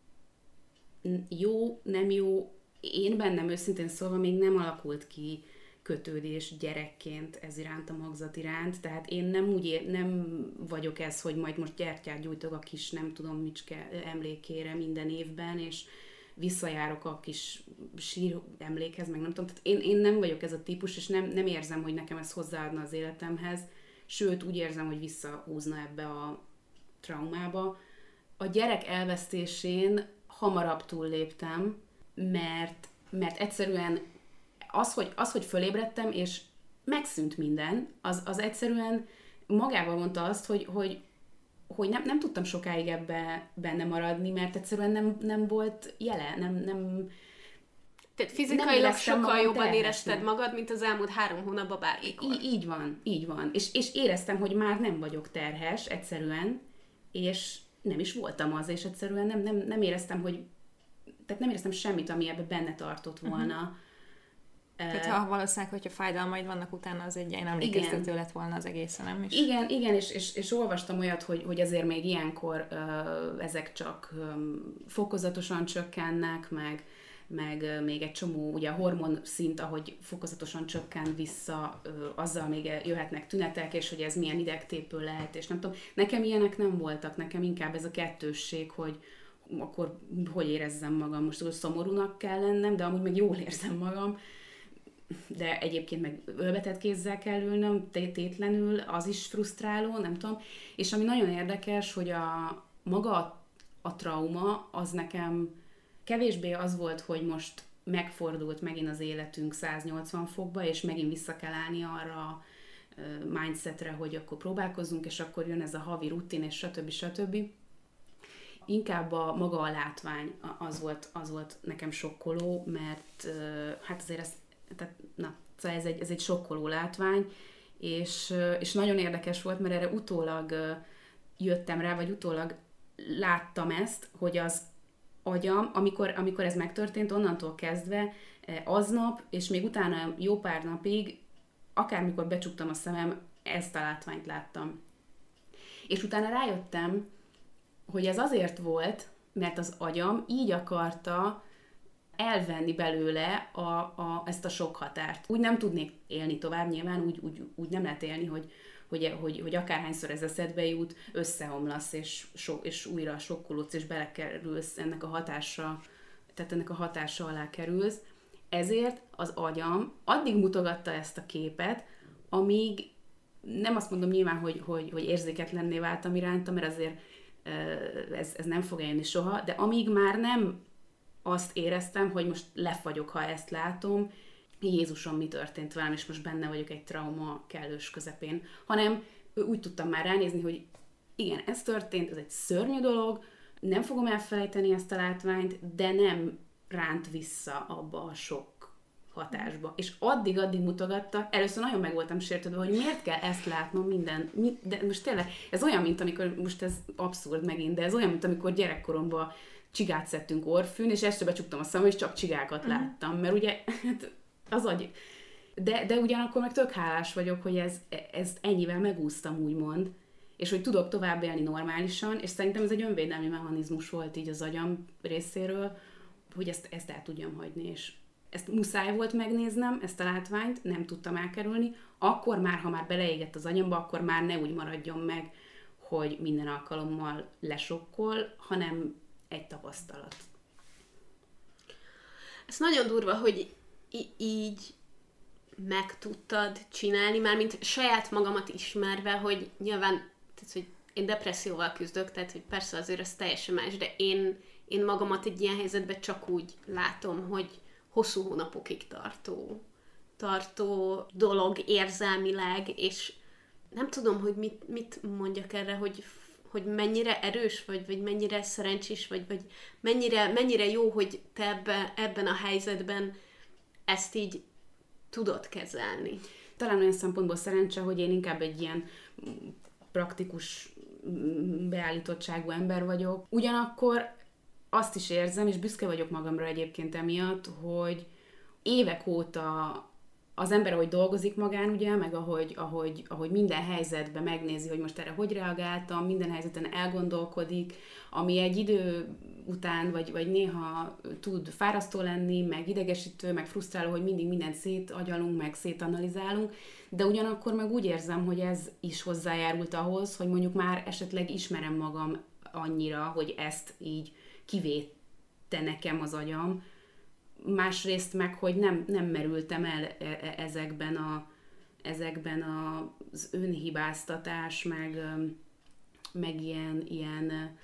jó, nem jó. Én bennem őszintén szólva még nem alakult ki kötődés gyerekként ez iránt, a magzat iránt, tehát én nem úgy ér, nem vagyok ez, hogy majd most gyertyát gyújtok a kis, nem tudom, micske emlékére minden évben, és visszajárok a kis sír emlékhez, meg nem tudom, tehát én, én nem vagyok ez a típus, és nem, nem érzem, hogy nekem ez hozzáadna az életemhez, sőt, úgy érzem, hogy visszahúzna ebbe a traumába. A gyerek elvesztésén hamarabb túlléptem, mert, mert egyszerűen az, hogy, az, hogy fölébredtem, és megszűnt minden, az, az egyszerűen magával mondta azt, hogy, hogy hogy nem, nem tudtam sokáig ebbe benne maradni, mert egyszerűen nem, nem volt jele, nem... nem Tehát fizikailag sokkal jobban terhesnek. Érezted magad, mint az elmúlt három hónapban bármikor. Í- így van, így van. És, és éreztem, hogy már nem vagyok terhes, egyszerűen, és nem is voltam az, és egyszerűen nem, nem, nem éreztem, hogy... Tehát nem éreztem semmit, ami ebbe benne tartott volna. Uh-huh. Tehát ha valószínűleg, hogyha fájdalmaid vannak utána, az egy ilyen emlékeztető lett volna az egészen, nem is? Igen, igen, és, és, és olvastam olyat, hogy, hogy azért még ilyenkor uh, ezek csak um, fokozatosan csökkennek, meg, meg uh, még egy csomó, ugye a hormon szint, ahogy fokozatosan csökken vissza, uh, azzal még jöhetnek tünetek, és hogy ez milyen idegtépő lehet, és nem tudom. Nekem ilyenek nem voltak, nekem inkább ez a kettősség, hogy akkor hogy érezzem magam, most szomorúnak kell lennem, de amúgy meg jól érzem magam, de egyébként meg ölbetett kézzel kell ülnöm, tétlenül, az is frusztráló, nem tudom. És ami nagyon érdekes, hogy a maga a, a trauma, az nekem kevésbé az volt, hogy most megfordult megint az életünk száznyolcvan fokba, és megint vissza kell állni arra a mindsetre, hogy akkor próbálkozzunk, és akkor jön ez a havi rutin, és stb. stb. Inkább a maga a látvány az volt, az volt nekem sokkoló, mert hát azért ez Tehát, na, szóval ez egy, ez egy sokkoló látvány, és, és nagyon érdekes volt, mert erre utólag jöttem rá, vagy utólag láttam ezt, hogy az agyam, amikor, amikor ez megtörtént, onnantól kezdve aznap, és még utána jó pár napig, akármikor becsuktam a szemem, ezt a látványt láttam. És utána rájöttem, hogy ez azért volt, mert az agyam így akarta elvenni belőle a, a, ezt a sok határt. Úgy nem tudnék élni tovább, nyilván úgy, úgy, úgy nem lehet élni, hogy, hogy, hogy, hogy akárhányszor ez eszedbe jut, összeomlasz, és, so, és újra sokkolódsz, és belekerülsz ennek a hatásra, tehát ennek a hatása alá kerülsz. Ezért az agyam addig mutogatta ezt a képet, amíg nem azt mondom nyilván, hogy, hogy, hogy érzéketlenné váltam iránta, mert azért ez, ez nem fog eljönni soha, de amíg már nem azt éreztem, hogy most lefagyok, ha ezt látom, Jézusom, mi történt velem, és most benne vagyok egy trauma kellős közepén, hanem úgy tudtam már ránézni, hogy igen, ez történt, ez egy szörnyű dolog, nem fogom elfelejteni ezt a látványt, de nem ránt vissza abba a sok hatásba. És addig-addig mutogatta, először nagyon meg voltam sértődve, hogy miért kell ezt látnom minden, mi, de most tényleg, ez olyan, mint amikor, most ez abszurd megint, de ez olyan, mint amikor gyerekkoromban csigát szedtünk orfűn, és este becsuktam a szemem, és csak csigákat uh-huh. láttam, mert ugye hát az agy. De, de ugyanakkor meg tök hálás vagyok, hogy ez, ezt ennyivel megúsztam, úgymond, és hogy tudok tovább élni normálisan, és szerintem ez egy önvédelmi mechanizmus volt így az agyam részéről, hogy ezt, ezt el tudjam hagyni, és ezt muszáj volt megnéznem, ezt a látványt, nem tudtam elkerülni, akkor már, ha már beleégett az agyamba, akkor már ne úgy maradjon meg, hogy minden alkalommal lesokkol, hanem egy tapasztalat. Ez nagyon durva, hogy í- így meg tudtad csinálni, mármint saját magamat ismerve, hogy nyilván, tehát, hogy én depresszióval küzdök, tehát hogy persze azért ez teljesen más, de én, én magamat egy ilyen helyzetben csak úgy látom, hogy hosszú hónapokig tartó, tartó dolog érzelmileg, és nem tudom, hogy mit, mit mondjak erre, hogy, hogy mennyire erős vagy, vagy mennyire szerencsés vagy, vagy mennyire, mennyire jó, hogy te ebbe, ebben a helyzetben ezt így tudod kezelni. Talán olyan szempontból szerencse, hogy én inkább egy ilyen praktikus beállítottságú ember vagyok. Ugyanakkor azt is érzem, és büszke vagyok magamra egyébként emiatt, hogy évek óta az ember, ahogy dolgozik magán, ugye, meg ahogy, ahogy, ahogy minden helyzetben megnézi, hogy most erre hogy reagáltam, minden helyzeten elgondolkodik, ami egy idő után, vagy, vagy néha tud fárasztó lenni, meg idegesítő, meg frusztráló, hogy mindig mindent szétagyalunk, meg szétanalizálunk, de ugyanakkor meg úgy érzem, hogy ez is hozzájárult ahhoz, hogy mondjuk már esetleg ismerem magam annyira, hogy ezt így kivédte nekem az agyam, másrészt meg, hogy nem, nem merültem el ezekben, a, ezekben a, az önhibáztatás, meg, meg ilyen, ilyen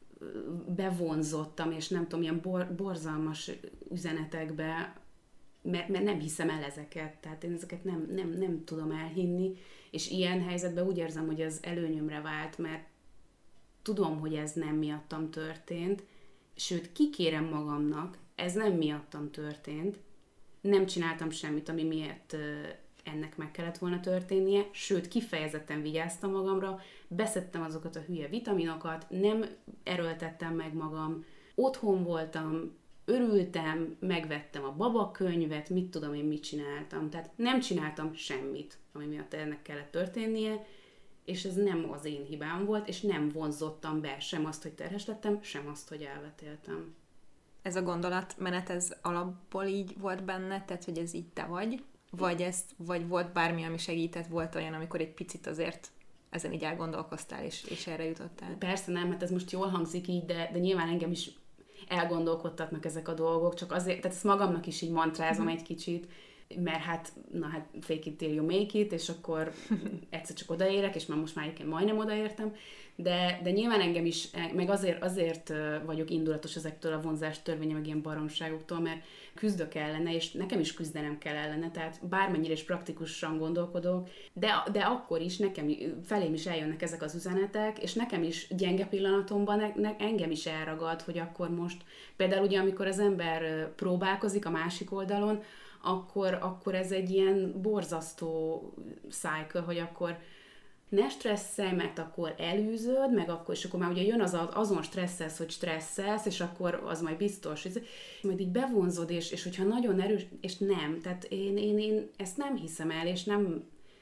bevonzottam, és nem tudom, ilyen bor, borzalmas üzenetekbe, mert, mert nem hiszem el ezeket, tehát én ezeket nem, nem, nem tudom elhinni, és ilyen helyzetben úgy érzem, hogy ez előnyömre vált, mert tudom, hogy ez nem miattam történt, sőt, kikérem magamnak, ez nem miattam történt, nem csináltam semmit, ami miatt ennek meg kellett volna történnie, sőt, kifejezetten vigyáztam magamra, beszedtem azokat a hülye vitaminokat, nem erőltettem meg magam, otthon voltam, örültem, megvettem a babakönyvet, mit tudom én, mit csináltam, tehát nem csináltam semmit, ami miatt ennek kellett történnie, és ez nem az én hibám volt, és nem vonzottam be sem azt, hogy terhes lettem, sem azt, hogy elvetéltem. Ez a gondolatmenet, ez alapból így volt benne, tehát, hogy ez így te vagy? Vagy, ezt, vagy volt bármi, ami segített, volt olyan, amikor egy picit azért ezen így elgondolkoztál, és, és erre jutottál? Persze nem, hát ez most jól hangzik így, de, de nyilván engem is elgondolkodtatnak ezek a dolgok, csak azért, tehát ezt magamnak is így mantrázom mm-hmm. egy kicsit, mert hát, na hát fake it till you make it, és akkor egyszer csak odaérek, és már most már egyébként majdnem odaértem, de, de nyilván engem is, meg azért, azért vagyok indulatos ezektől a vonzás törvénye, meg ilyen baromságoktól, mert küzdök ellene, és nekem is küzdenem kell ellene, tehát bármennyire is praktikusan gondolkodok, de, de akkor is nekem, felém is eljönnek ezek az üzenetek, és nekem is gyenge pillanatomban ne, ne, engem is elragad, hogy akkor most, például ugye amikor az ember próbálkozik a másik oldalon, akkor, akkor ez egy ilyen borzasztó cycle, hogy akkor ne stresszelj, mert akkor elűzöd, meg akkor, és akkor már ugye jön az a, azon stresszelsz, hogy stresszelsz, és akkor az majd biztos, és majd így bevonzod, és, és hogyha nagyon erős, és nem, tehát én, én, én ezt nem hiszem el, és nem,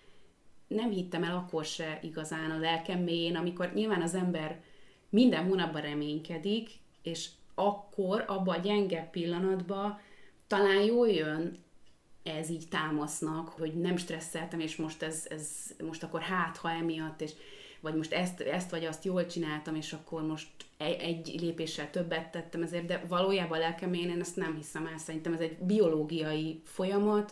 nem hittem el akkor se igazán a lelkem mélyén, amikor nyilván az ember minden hónapban reménykedik, és akkor abban a gyenge pillanatban talán jól jön ez így támasznak, hogy nem stresszeltem, és most ez, ez most akkor hát, ha emiatt, és vagy most ezt, ezt vagy azt jól csináltam, és akkor most egy, egy lépéssel többet tettem ezért, de valójában lelkemén én ezt nem hiszem el. Szerintem ez egy biológiai folyamat,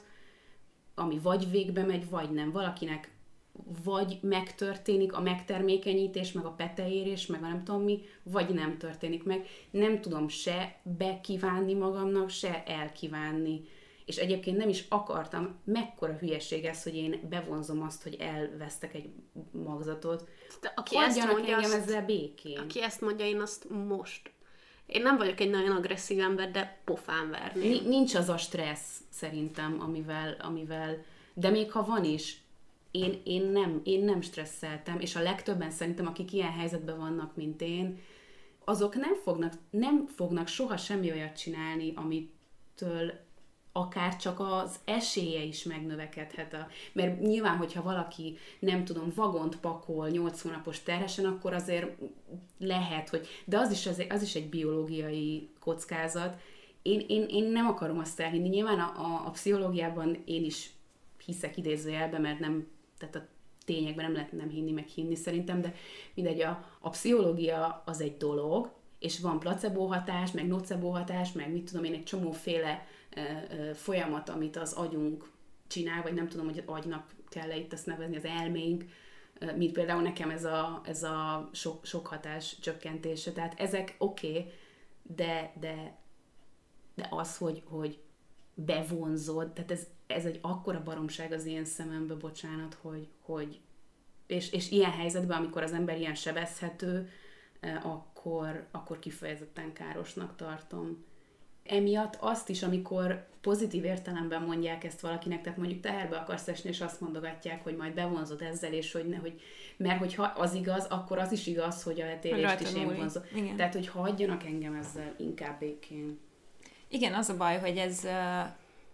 ami vagy végbe megy, vagy nem. Valakinek vagy megtörténik a megtermékenyítés, meg a peteérés, meg a nem tudom mi, vagy nem történik meg. Nem tudom se bekívánni magamnak, se elkívánni. És egyébként nem is akartam, mekkora hülyeség ez, hogy én bevonzom azt, hogy elvesztek egy magzatot. De aki ezt mondja, engem azt, ezzel békén. Aki ezt mondja, én azt most. Én nem vagyok egy nagyon agresszív ember, de pofán verni. Nincs az a stressz, szerintem, amivel, amivel de még ha van is, én, én, nem, én nem stresszeltem, és a legtöbben szerintem, akik ilyen helyzetben vannak, mint én, azok nem fognak, nem fognak soha semmi olyat csinálni, amitől akár csak az esélye is megnövekedhet. A, mert nyilván, hogyha valaki, nem tudom, vagont pakol nyolc hónapos terhesen, akkor azért lehet, hogy... De az is, az, az is egy biológiai kockázat. Én, én, én nem akarom azt elhinni. Nyilván a, a, a pszichológiában én is hiszek idézőjelben, mert nem, tehát a tényekben nem lehet nem hinni, meg hinni szerintem, de mindegy, a, a pszichológia az egy dolog, és van placebo hatás, meg nocebo hatás, meg mit tudom én, egy csomóféle folyamat, amit az agyunk csinál, vagy nem tudom, hogy az agynak kell-e itt azt nevezni, az elménk, mint például nekem ez a, ez a sok, sok hatás csökkentése. Tehát ezek oké, okay, de, de, de az, hogy, hogy bevonzod, tehát ez, ez egy akkora baromság az én szemembe, bocsánat, hogy, hogy és, és ilyen helyzetben, amikor az ember ilyen sebezhető, akkor, akkor kifejezetten károsnak tartom. Emiatt azt is, amikor pozitív értelemben mondják ezt valakinek, tehát mondjuk teherbe akarsz esni, és azt mondogatják, hogy majd bevonzod ezzel, és hogy ne, hogy, mert hogyha az igaz, akkor az is igaz, hogy a letérést is én vonzom. Tehát, hogy hagyjanak engem ezzel inkább békén. Igen, az a baj, hogy ez, uh,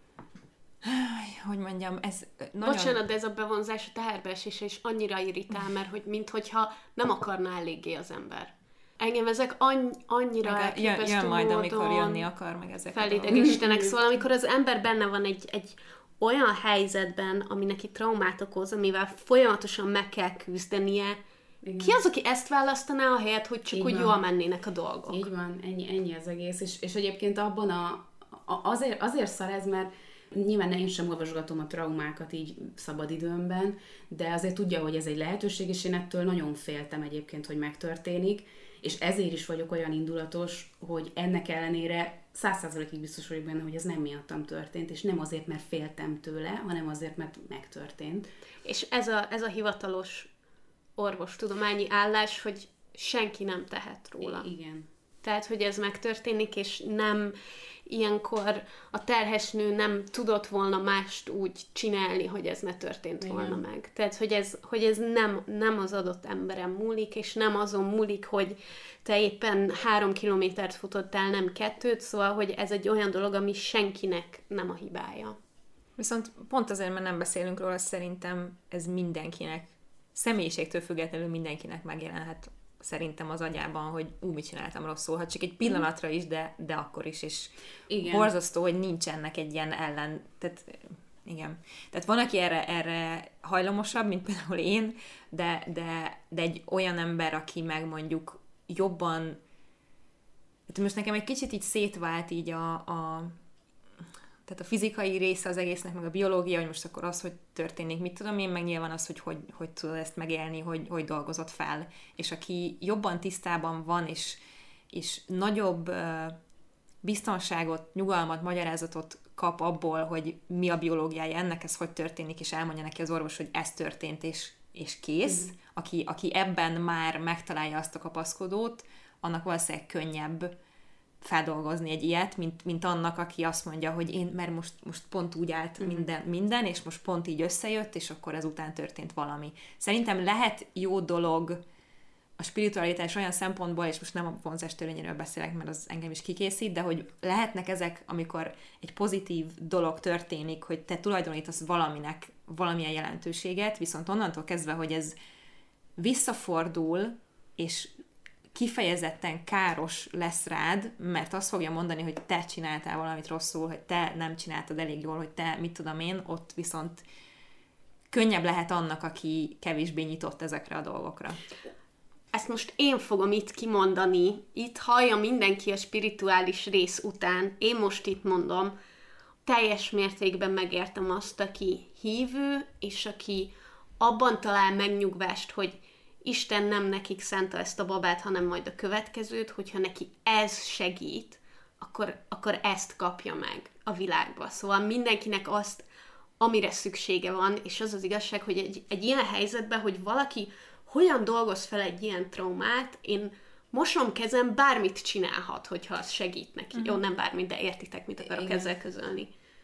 hogy mondjam, ez nagyon... Bocsánat, de ez a bevonzás a teherbeesésre is annyira irritál, mert hogy minthogyha nem akarná eléggé az ember. Engem ezek annyi, annyira elképesztő jön majd, amikor jönni akar, meg ezek felidegesítenek. Szóval amikor az ember benne van egy, egy olyan helyzetben, ami neki traumát okoz, amivel folyamatosan meg kell küzdenie, igen. Ki az, aki ezt választaná a helyet, hogy csak így úgy van. Jól mennének a dolgok? Így van, ennyi, ennyi az egész. És, és egyébként abban a, a, azért, azért szar ez, mert nyilván én sem olvasgatom a traumákat így szabadidőmben, de azért tudja, hogy ez egy lehetőség, és én ettől nagyon féltem egyébként, hogy megtörténik, és ezért is vagyok olyan indulatos, hogy ennek ellenére száz százalékig biztos vagyok benne, hogy ez nem miattam történt, és nem azért, mert féltem tőle, hanem azért, mert megtörtént. És ez a, ez a hivatalos orvostudományi állás, hogy senki nem tehet róla. I- igen. Tehát, hogy ez megtörténik, és nem ilyenkor a terhes nő nem tudott volna mást úgy csinálni, hogy ez ne történt igen. volna meg. Tehát, hogy ez, hogy ez nem, nem az adott emberen múlik, és nem azon múlik, hogy te éppen három kilométert futottál, nem kettőt, szóval, hogy ez egy olyan dolog, ami senkinek nem a hibája. Viszont pont azért, mert nem beszélünk róla, szerintem ez mindenkinek, személyiségtől függetlenül mindenkinek megjelenhet szerintem az agyában, hogy ú, mit csináltam rosszul, ha csak egy pillanatra is, de, de akkor is, és igen. Borzasztó, hogy nincs ennek egy ilyen ellen, tehát igen. Tehát van, aki erre, erre hajlamosabb, mint például én, de, de, de egy olyan ember, aki meg mondjuk jobban, tehát most nekem egy kicsit így szétvált így a, a tehát a fizikai része az egésznek, meg a biológia, hogy most akkor az, hogy történik, mit tudom én, meg nyilván az, hogy hogy, hogy tudod ezt megélni, hogy, hogy dolgozott fel. És aki jobban tisztában van, és, és nagyobb uh, biztonságot, nyugalmat, magyarázatot kap abból, hogy mi a biológiája ennek, ez hogy történik, és elmondja neki az orvos, hogy ez történt, és, és kész. Mm. Aki, aki ebben már megtalálja azt a kapaszkodót, annak valószínűleg könnyebb feldolgozni egy ilyet, mint, mint annak, aki azt mondja, hogy én, mert most, most pont úgy állt uh-huh. minden, minden, és most pont így összejött, és akkor ezután történt valami. Szerintem lehet jó dolog a spiritualitás olyan szempontból, és most nem a vonzás törvényéről beszélek, mert az engem is kikészít, de hogy lehetnek ezek, amikor egy pozitív dolog történik, hogy te tulajdonítasz valaminek valamilyen jelentőséget, viszont onnantól kezdve, hogy ez visszafordul, és kifejezetten káros lesz rád, mert azt fogja mondani, hogy te csináltál valamit rosszul, hogy te nem csináltad elég jól, hogy te, mit tudom én, ott viszont könnyebb lehet annak, aki kevésbé nyitott ezekre a dolgokra. Ezt most én fogom itt kimondani, itt hallja mindenki a spirituális rész után, én most itt mondom, teljes mértékben megértem azt, aki hívő, és aki abban talál megnyugvást, hogy Isten nem nekik szánta ezt a babát, hanem majd a következőt, hogyha neki ez segít, akkor, akkor ezt kapja meg a világba. Szóval mindenkinek azt, amire szüksége van, és az az igazság, hogy egy, egy ilyen helyzetben, hogy valaki hogyan dolgoz fel egy ilyen traumát, én mosom kezem, bármit csinálhat, hogyha az segít neki. Uh-huh. Jó, nem bármit, de értitek, mit akarok Igen. ezzel közölni.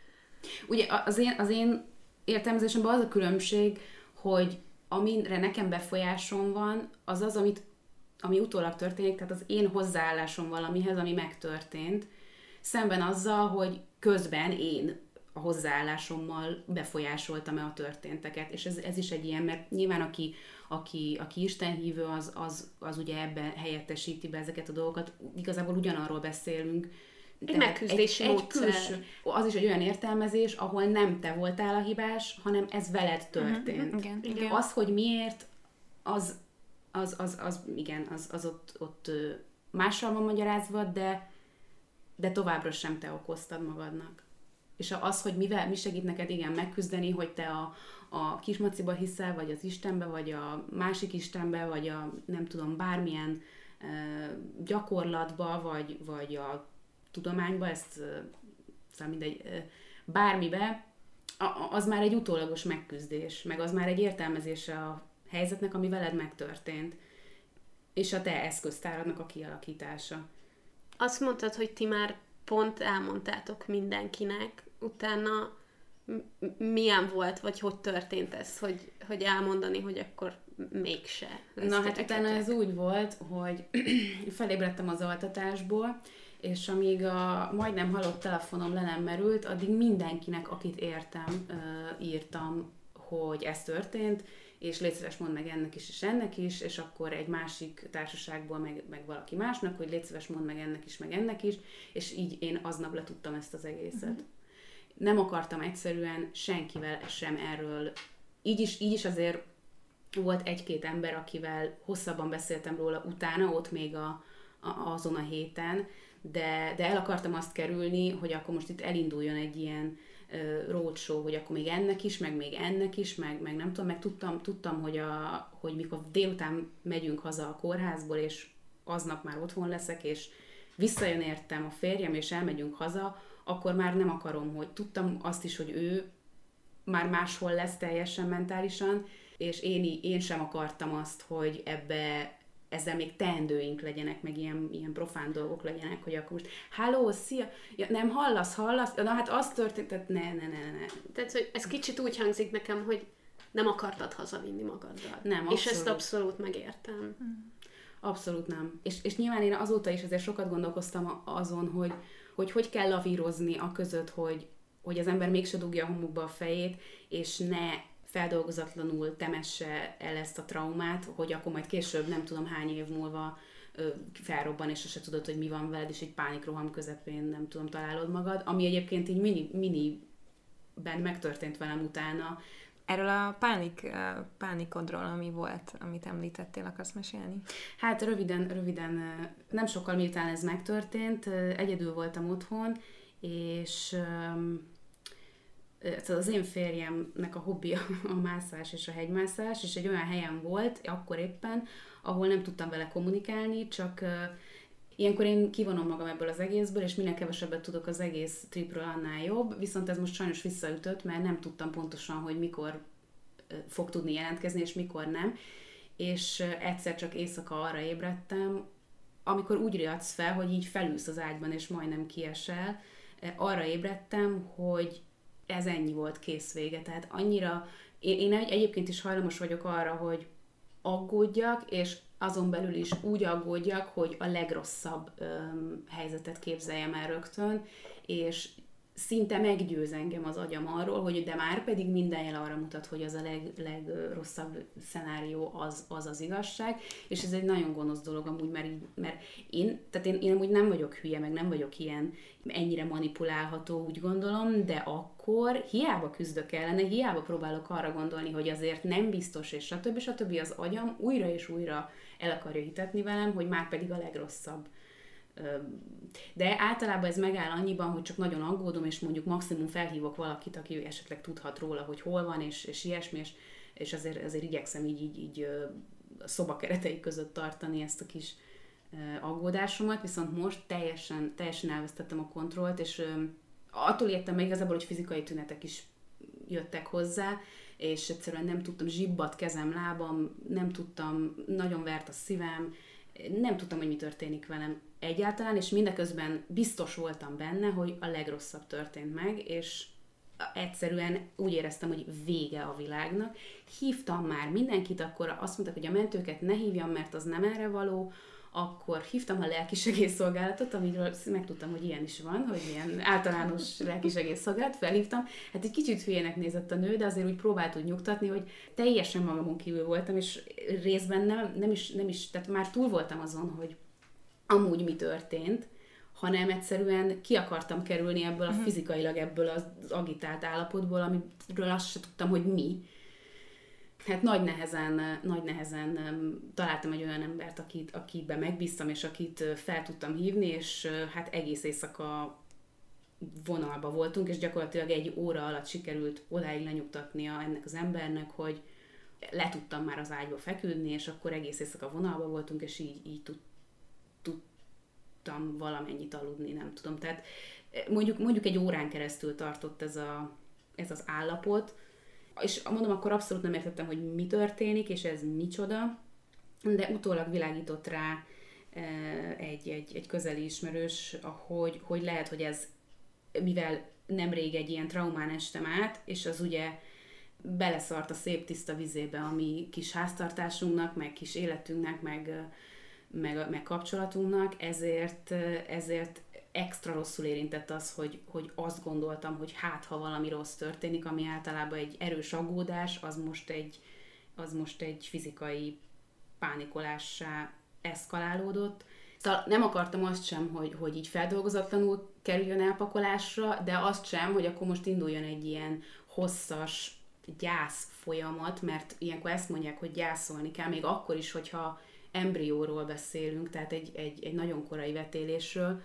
Ugye az én, az én értelmezésemben az a különbség, hogy amire nekem befolyásom van, az az, amit, ami utólag történik, tehát az én hozzáállásom valamihez, ami megtörtént, szemben azzal, hogy közben én a hozzáállásommal befolyásoltam-e a történteket. És ez, ez is egy ilyen, mert nyilván aki, aki, aki istenhívő, az, az, az ugye ebben helyettesíti be ezeket a dolgokat. Igazából ugyanarról beszélünk. Egy megküzdési egy, egy külső, az is egy olyan értelmezés, ahol nem te voltál a hibás, hanem ez veled történt. Uh-huh, igen, igen. Az, hogy miért, az, az, az, az igen, az, az ott, ott mással van magyarázva, de, de továbbra sem te okoztad magadnak. És az, hogy mivel, mi segít neked igen megküzdeni, hogy te a, a kismaciba hiszel, vagy az Istenbe, vagy a másik Istenbe, vagy a nem tudom, bármilyen uh, gyakorlatba, vagy, vagy a tudományba, ezt szóval mindegy, bármibe, az már egy utólagos megküzdés, meg az már egy értelmezése a helyzetnek, ami veled megtörtént, és a te eszköztáradnak a kialakítása. Azt mondtad, hogy ti már pont elmondtátok mindenkinek, utána milyen volt, vagy hogy történt ez, hogy, hogy elmondani, hogy akkor mégse. Na hát utána ez úgy volt, hogy felébredtem az altatásból, és amíg a majdnem halott telefonom le nem merült, addig mindenkinek, akit értem, írtam, hogy ez történt, és légy szíves, mondd meg ennek is, és ennek is, és akkor egy másik társaságból meg, meg valaki másnak, hogy légy szíves, mondd meg ennek is, meg ennek is, és így én aznap letudtam ezt az egészet. Uh-huh. Nem akartam egyszerűen senkivel sem erről. Így is, így is azért volt egy-két ember, akivel hosszabban beszéltem róla utána, ott még a, a, azon a héten, de, de el akartam azt kerülni, hogy akkor most itt elinduljon egy ilyen uh, roadshow, hogy akkor még ennek is, meg még ennek is, meg, meg nem tudom, meg tudtam, tudtam hogy, a, hogy mikor délután megyünk haza a kórházból, és aznap már otthon leszek, és visszajön értem a férjem, és elmegyünk haza, akkor már nem akarom, hogy tudtam azt is, hogy ő már máshol lesz teljesen mentálisan, és én, én sem akartam azt, hogy ebbe ezzel még teendőink legyenek, meg ilyen, ilyen profán dolgok legyenek, hogy akkor most halló, szia, ja, nem hallasz, hallasz? Na hát az történt, tehát ne, ne, ne, ne. Tehát, hogy ez kicsit úgy hangzik nekem, hogy nem akartad hazavinni magaddal. Nem, abszolút. És ezt abszolút megértem. Abszolút nem. És, és nyilván én azóta is azért sokat gondolkoztam azon, hogy hogy, hogy kell lavírozni a között, hogy, hogy az ember mégse dugja a homokba a fejét, és ne feldolgozatlanul temesse el ezt a traumát, hogy akkor majd később, nem tudom hány év múlva ö, felrobban, és se tudod, hogy mi van veled, és egy pánikroham közepén, nem tudom, találod magad, ami egyébként így mini, miniben megtörtént velem utána. Erről a pánik, pánikodról, ami volt, amit említettél, akarsz mesélni? Hát röviden, röviden, nem sokkal miután ez megtörtént, egyedül voltam otthon, és az én férjemnek a hobbija a mászás és a hegymászás, és egy olyan helyen volt, akkor éppen, ahol nem tudtam vele kommunikálni, csak ilyenkor én kivonom magam ebből az egészből, és minél kevesebbet tudok az egész tripről, annál jobb, viszont ez most sajnos visszaütött, mert nem tudtam pontosan, hogy mikor fog tudni jelentkezni, és mikor nem. És egyszer csak éjszaka arra ébredtem, amikor úgy riadsz fel, hogy így felülsz az ágyban, és majdnem kiesel, arra ébredtem, hogy ez ennyi volt, kész, vége. Tehát annyira, én, én egyébként is hajlamos vagyok arra, hogy aggódjak, és azon belül is úgy aggódjak, hogy a legrosszabb öm, helyzetet képzeljem el rögtön, és szinte meggyőz engem az agyam arról, hogy de már pedig minden jel arra mutat, hogy az a leg, legrosszabb szenárió az, az az igazság, és ez egy nagyon gonosz dolog amúgy, mert, így, mert én, tehát én, én amúgy nem vagyok hülye, meg nem vagyok ilyen ennyire manipulálható, úgy gondolom, de akkor hiába küzdök ellene, hiába próbálok arra gondolni, hogy azért nem biztos, és stb. stb. Az agyam újra és újra el akarja hitetni velem, hogy már pedig a legrosszabb. De általában ez megáll annyiban, hogy csak nagyon aggódom, és mondjuk maximum felhívok valakit, aki esetleg tudhat róla, hogy hol van, és, és ilyesmi, és, és azért, azért igyekszem így, így, így a szoba keretei között tartani ezt a kis aggódásomat, viszont most teljesen, teljesen elvesztettem a kontrollt, és attól értem meg igazából, hogy fizikai tünetek is jöttek hozzá, és egyszerűen nem tudtam, zsibbat kezem, lábam, nem tudtam, nagyon vert a szívem, nem tudtam, hogy mi történik velem egyáltalán, és mindeközben biztos voltam benne, hogy a legrosszabb történt meg, és egyszerűen úgy éreztem, hogy vége a világnak. Hívtam már mindenkit, akkor azt mondták, hogy a mentőket ne hívjam, mert az nem erre való, akkor hívtam a lelkisegélyszolgálatot, amiről megtudtam, hogy ilyen is van, hogy ilyen általános lelkisegélyszolgálat, felhívtam. Hát egy kicsit hülyének nézett a nő, de azért úgy próbált úgy nyugtatni, hogy teljesen magamon kívül voltam, és részben nem, nem, is, nem is, tehát már túl voltam azon, hogy amúgy mi történt, hanem egyszerűen ki akartam kerülni ebből a fizikailag ebből az agitált állapotból, amiről azt se tudtam, hogy mi. Hát nagy nehezen, nagy nehezen találtam egy olyan embert, akit, akiben megbíztam, és akit fel tudtam hívni, és hát egész éjszaka vonalba voltunk, és gyakorlatilag egy óra alatt sikerült odáig lenyugtatnia ennek az embernek, hogy le tudtam már az ágyba feküdni, és akkor egész éjszaka vonalba voltunk, és így, így tud, tudtam valamennyit aludni, nem tudom. Tehát mondjuk, mondjuk egy órán keresztül tartott ez, a, ez az állapot, és mondom, akkor abszolút nem értettem, hogy mi történik, és ez micsoda, de utólag világított rá egy, egy, egy közeli ismerős, hogy, hogy lehet, hogy ez, mivel nemrég egy ilyen traumán estem át, és az ugye beleszart a szép tiszta vizébe a mi kis háztartásunknak, meg kis életünknek, meg, meg, meg kapcsolatunknak, ezért, ezért extra rosszul érintett az, hogy, hogy azt gondoltam, hogy hát, ha valami rossz történik, ami általában egy erős aggódás, az most egy, az most egy fizikai pánikolássá eszkalálódott. Szóval nem akartam azt sem, hogy, hogy így feldolgozatlanul kerüljön elpakolásra, de azt sem, hogy akkor most induljon egy ilyen hosszas gyász folyamat, mert ilyenkor ezt mondják, hogy gyászolni kell, még akkor is, hogyha embrióról beszélünk, tehát egy, egy, egy nagyon korai vetélésről,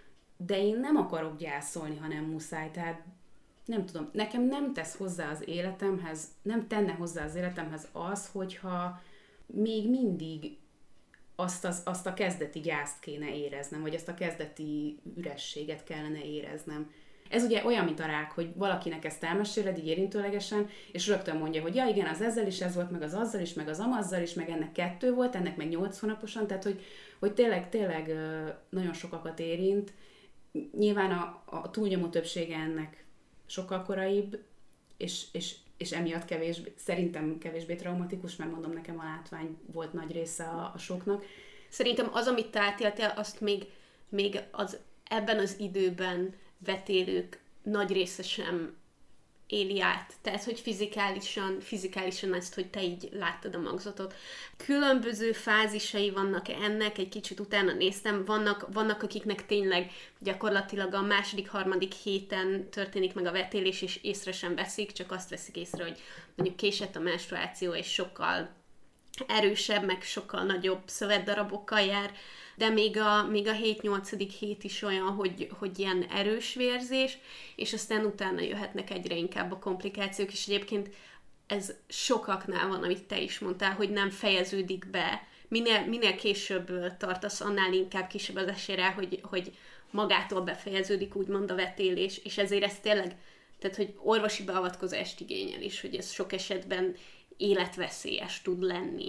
de én nem akarok gyászolni, ha nem muszáj, tehát nem tudom, nekem nem tesz hozzá az életemhez, nem tenne hozzá az életemhez az, hogyha még mindig azt, az, azt a kezdeti gyászt kéne éreznem, vagy azt a kezdeti ürességet kellene éreznem. Ez ugye olyan, mint a rák, hogy valakinek ezt elmeséled így érintőlegesen, és rögtön mondja, hogy ja igen, az ezzel is ez volt, meg az azzal is, meg az amazzal is, meg ennek kettő volt, ennek meg nyolc hónaposan, tehát hogy, hogy tényleg, tényleg nagyon sokakat érint. Nyilván a, a túlnyomó többsége ennek sokkal koraibb, és, és, és emiatt kevésbé, szerintem kevésbé traumatikus, mert mondom, nekem a látvány volt nagy része a, a soknak. Szerintem az, amit te átéltél, azt még, még az, ebben az időben vetélők nagy része sem éli át. Tehát, hogy fizikálisan, fizikálisan ezt, hogy te így láttad a magzatot. Különböző fázisai vannak ennek, egy kicsit utána néztem, vannak, vannak akiknek tényleg gyakorlatilag a második, harmadik héten történik meg a vetélés, és észre sem veszik, csak azt veszik észre, hogy mondjuk késett a menstruáció, és sokkal erősebb, meg sokkal nagyobb szövetdarabokkal jár, de még a, még a hét-nyolcadik hét is olyan, hogy, hogy ilyen erős vérzés, és aztán utána jöhetnek egyre inkább a komplikációk, és egyébként ez sokaknál van, amit te is mondtál, hogy nem fejeződik be. Minél, minél később tartasz, annál inkább kisebb az esély rá, hogy, hogy magától befejeződik úgymond a vetélés, és ezért ez tényleg, tehát hogy orvosi beavatkozást igényel is, hogy ez sok esetben életveszélyes tud lenni.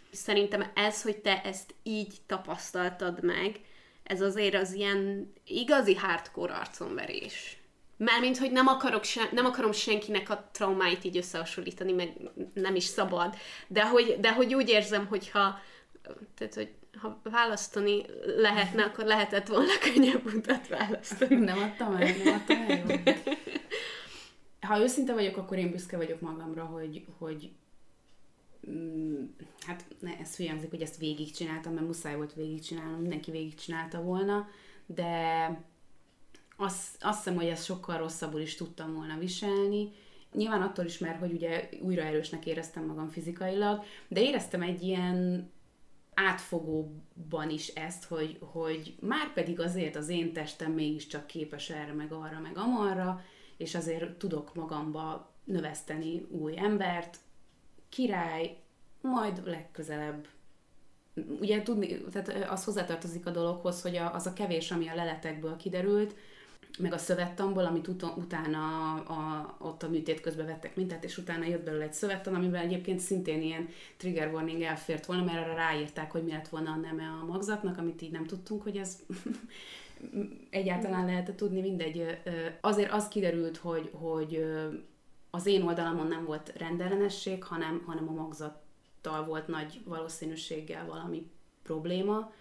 Szerintem ez, hogy te ezt így tapasztaltad meg, ez azért az ilyen igazi hardcore arconverés. Mármint, hogy nem, akarok se, nem akarom senkinek a traumáit így összehasonlítani, meg nem is szabad, de hogy, de hogy úgy érzem, hogyha tehát, hogy ha választani lehetne, akkor lehetett volna könnyebb utat választani. Nem adtam el, nem adtam el. Ha őszinte vagyok, akkor én büszke vagyok magamra, hogy, hogy mm, hát ne, ez hülyemzik, hogy ezt végigcsináltam, mert muszáj volt végigcsinálnom, mindenki végigcsinálta volna, de azt, azt hiszem, hogy ezt sokkal rosszabbul is tudtam volna viselni. Nyilván attól is, mert hogy ugye újra erősnek éreztem magam fizikailag, de éreztem egy ilyen átfogóban is ezt, hogy, hogy már pedig azért az én testem mégiscsak képes erre, meg arra, meg amarra, és azért tudok magamba növeszteni új embert, király, majd legközelebb. Ugye tudni, tehát az hozzátartozik a dologhoz, hogy az a kevés, ami a leletekből kiderült, meg a szövettanból, amit ut- utána a, a, ott a műtét közben vettek mintát, és utána jött belőle egy szövettan, amiben egyébként szintén ilyen trigger warning elfért volna, mert arra ráírták, hogy mi lett volna a neme a magzatnak, amit így nem tudtunk, hogy ez egyáltalán lehet tudni, mindegy. Azért az kiderült, hogy, hogy az én oldalamon nem volt rendellenesség, hanem, hanem a magzattal volt nagy valószínűséggel valami probléma,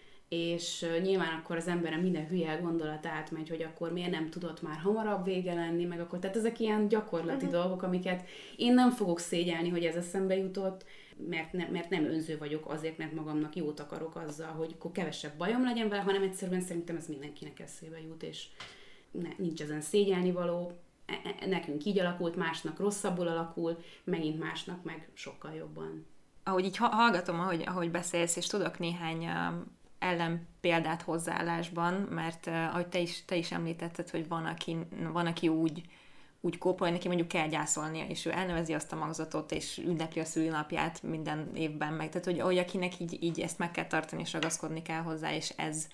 és nyilván akkor az emberem minden hülye gondolat átmegy, hogy akkor miért nem tudott már hamarabb vége lenni, meg akkor, tehát ezek ilyen gyakorlati uh-huh. dolgok, amiket én nem fogok szégyelni, hogy ez eszembe jutott, mert, ne, mert nem önző vagyok azért, mert magamnak jót akarok azzal, hogy akkor kevesebb bajom legyen vele, hanem egyszerűen szerintem ez mindenkinek eszébe jut, és ne, nincs ezen szégyelni való, nekünk így alakult, másnak rosszabbul alakul, megint másnak meg sokkal jobban. Ahogy így hallgatom, ahogy, ahogy beszélsz, és tudok néhány ellenpéldát hozzáállásban, mert uh, ahogy te is, te is említetted, hogy van, aki, van, aki úgy, úgy kópol, hogy neki mondjuk kell gyászolnia, és ő elnevezi azt a magzatot, és ünnepli a szülinapját minden évben meg. Tehát, hogy, hogy akinek így, így ezt meg kell tartani, és ragaszkodni kell hozzá, és ez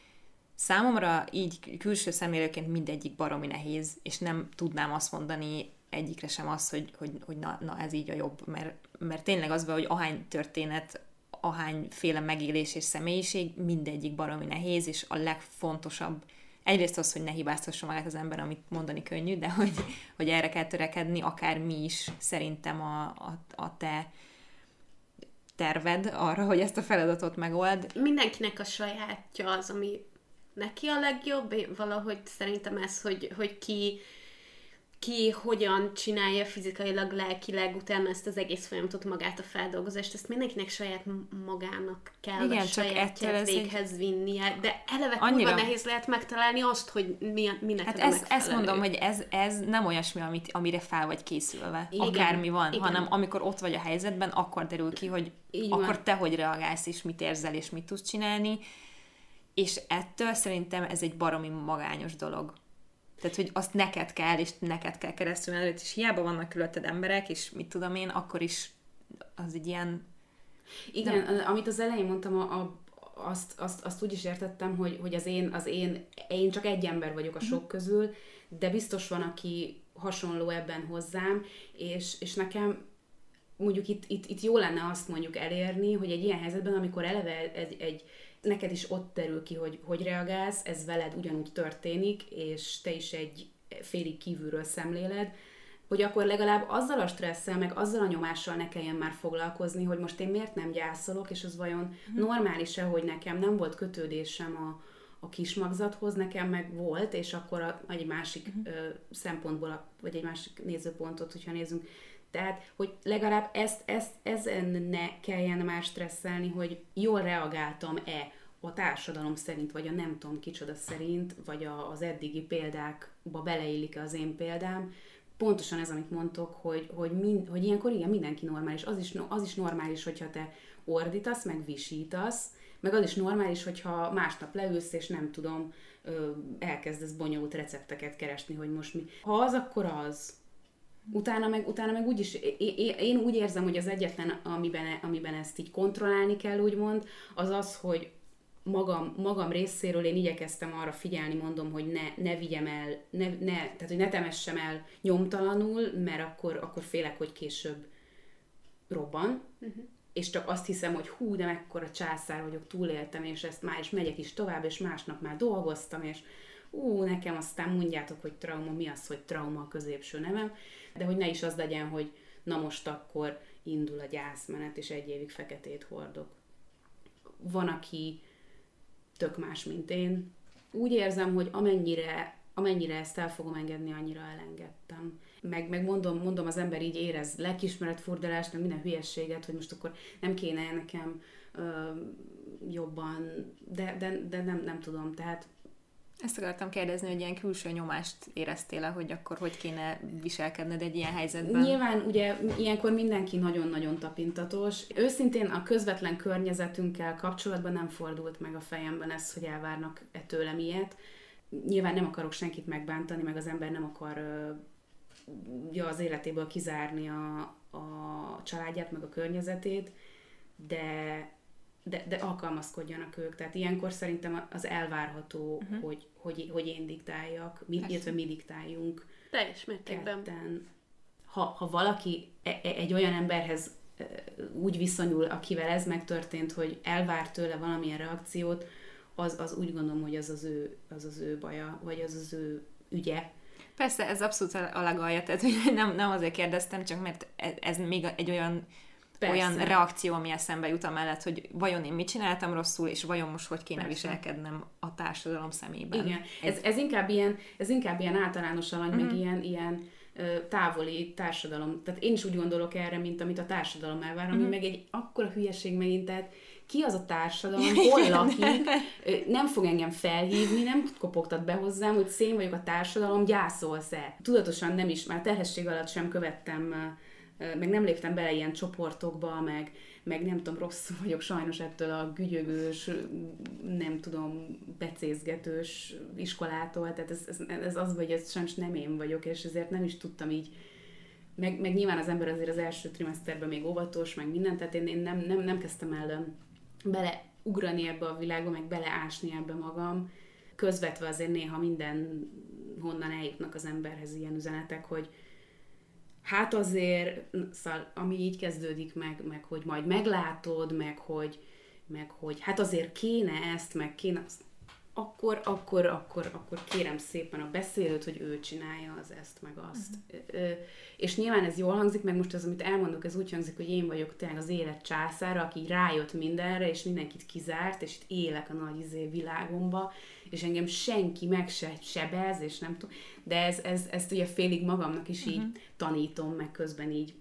számomra így külső szemlélőként mindegyik baromi nehéz, és nem tudnám azt mondani egyikre sem azt, hogy, hogy, hogy na, na ez így a jobb, mert, mert tényleg az van, hogy ahány történet, ahányféle megélés és személyiség, mindegyik baromi nehéz, és a legfontosabb egyrészt az, hogy ne hibáztassa magát az ember, amit mondani könnyű, de hogy, hogy erre kell törekedni, akár mi is szerintem a, a, a te terved arra, hogy ezt a feladatot megold. Mindenkinek a sajátja az, ami neki a legjobb, valahogy szerintem ez, hogy, hogy ki ki hogyan csinálja fizikailag, lelkileg, utána ezt az egész folyamatot, magát a feldolgozást, ezt mindenkinek saját magának kell igen, a sajátját véghez egy... vinnie, de eleve annyira nehéz lehet megtalálni azt, hogy mi, mi neked hát ez, ezt mondom, hogy ez, ez nem olyasmi, amit, amire fel vagy készülve, igen, akármi van, igen. hanem amikor ott vagy a helyzetben, akkor derül ki, hogy így akkor van. Te hogy reagálsz, és mit érzel, és mit tudsz csinálni, és ettől szerintem ez egy baromi magányos dolog. Tehát, hogy azt neked kell, és neked kell keresztül előtt, és hiába vannak körülötted emberek, és mit tudom én, akkor is az egy ilyen... Igen, de... amit az elején mondtam, a, a, azt, azt, azt úgy is értettem, hogy, hogy az, én, az én, én csak egy ember vagyok a sok közül, de biztos van, aki hasonló ebben hozzám, és, és nekem mondjuk itt, itt, itt jó lenne azt mondjuk elérni, hogy egy ilyen helyzetben, amikor eleve egy, egy neked is ott derül ki, hogy hogy reagálsz, ez veled ugyanúgy történik, és te is egy félig kívülről szemléled, hogy akkor legalább azzal a stresszel, meg azzal a nyomással ne kelljen már foglalkozni, hogy most én miért nem gyászolok, és az vajon uh-huh. normális-e, hogy nekem nem volt kötődésem a, a kismagzathoz, nekem meg volt, és akkor a, egy másik uh-huh. ö, szempontból, vagy egy másik nézőpontot, hogyha nézzünk. Tehát, hogy legalább ezt, ezt, ezen ne kelljen már stresszelni, hogy jól reagáltam-e a társadalom szerint, vagy a nem tudom kicsoda szerint, vagy a, az eddigi példákba beleillik-e az én példám. Pontosan ez, amit mondtok, hogy, hogy, mind, hogy ilyenkor igen, mindenki normális. Az is, az is normális, hogyha te ordítasz, meg visítasz, meg az is normális, hogyha másnap leülsz, és nem tudom, elkezdesz bonyolult recepteket keresni, hogy most mi. Ha az, akkor az. Utána meg, utána meg úgyis, én, én úgy érzem, hogy az egyetlen, amiben, amiben ezt így kontrollálni kell, úgymond, az az, hogy magam, magam részéről én igyekeztem arra figyelni, mondom, hogy ne, ne vigyem el, ne, ne, tehát hogy ne temessem el nyomtalanul, mert akkor, akkor félek, hogy később robban. Uh-huh. és csak azt hiszem, hogy hú, de mekkora császár vagyok, túléltem, és ezt már is megyek is tovább, és másnap már dolgoztam, és ú, nekem aztán mondjátok, hogy trauma, mi az, hogy trauma a középső nevem, de hogy ne is az legyen, hogy na most akkor indul a gyászmenet, és egy évig feketét hordok. Van, aki tök más, mint én. Úgy érzem, hogy amennyire, amennyire ezt el fogom engedni, annyira elengedtem. Meg, meg mondom, mondom, az ember így érez lelkiismeretfurdalást, meg minden hülyességet, hogy most akkor nem kéne nekem ö, jobban, de, de, de nem, nem tudom, tehát ezt akartam kérdezni, hogy ilyen külső nyomást éreztél-e, hogy akkor hogy kéne viselkedned egy ilyen helyzetben? Nyilván ugye ilyenkor mindenki nagyon-nagyon tapintatos. Őszintén a közvetlen környezetünkkel kapcsolatban nem fordult meg a fejemben ez, hogy elvárnak e tőlem ilyet. Nyilván nem akarok senkit megbántani, meg az ember nem akar ja, az életéből kizárni a, a családját, meg a környezetét, de De, de alkalmazkodjanak ők. Tehát ilyenkor szerintem az elvárható, uh-huh. hogy, hogy, hogy én diktáljak, mi, illetve mi diktáljunk. Teljes mértékben. Ha, ha valaki egy olyan emberhez úgy viszonyul, akivel ez megtörtént, hogy elvár tőle valamilyen reakciót, az, az úgy gondolom, hogy az az, ő, az az ő baja, vagy az az ő ügye. Persze, ez abszolút a legalja, tehát hogy nem, nem azért kérdeztem, csak mert ez, ez még egy olyan Persze. olyan reakció, ami eszembe jut amellett, hogy vajon én mit csináltam rosszul, és vajon most hogy kéne Persze. viselkednem a társadalom szemében. Igen, ez, ez, inkább, ilyen, ez inkább ilyen általános alany, mm-hmm. meg ilyen, ilyen ö, távoli társadalom. Tehát én is úgy gondolok erre, mint amit a társadalom elvár, ami mm-hmm. meg egy akkora hülyeség megint, tehát ki az a társadalom, hol lakik, nem fog engem felhívni, nem kopogtat be hozzám, hogy szén vagyok a társadalom, gyászolsz-e. Tudatosan nem is, már terhesség alatt sem követtem, meg nem léptem bele ilyen csoportokba, meg, meg nem tudom, rosszul vagyok sajnos ettől a gügyögős, nem tudom, becézgetős iskolától, tehát ez, ez, ez az, hogy ez sajnos nem én vagyok, és ezért nem is tudtam így, meg, meg nyilván az ember azért az első trimeszterben még óvatos, meg minden, tehát én, én nem, nem, nem kezdtem el beleugrani ebbe a világba, meg beleásni ebbe magam, közvetve azért néha minden honnan eljutnak az emberhez ilyen üzenetek, hogy hát azért, szóval, ami így kezdődik meg, meg hogy majd meglátod, meg hogy, meg hogy hát azért kéne ezt, meg kéne azt, akkor, akkor, akkor, akkor kérem szépen a beszélőt, hogy ő csinálja az ezt, meg azt. Uh-huh. És nyilván ez jól hangzik, meg most az, amit elmondok, ez úgy hangzik, hogy én vagyok tényleg az élet császára, aki rájött mindenre, és mindenkit kizárt, és itt élek a nagy izé világomba, és engem senki meg se sebez, és nem tudom, de ez, ez, ezt ugye félig magamnak is így uh-huh. tanítom, meg közben így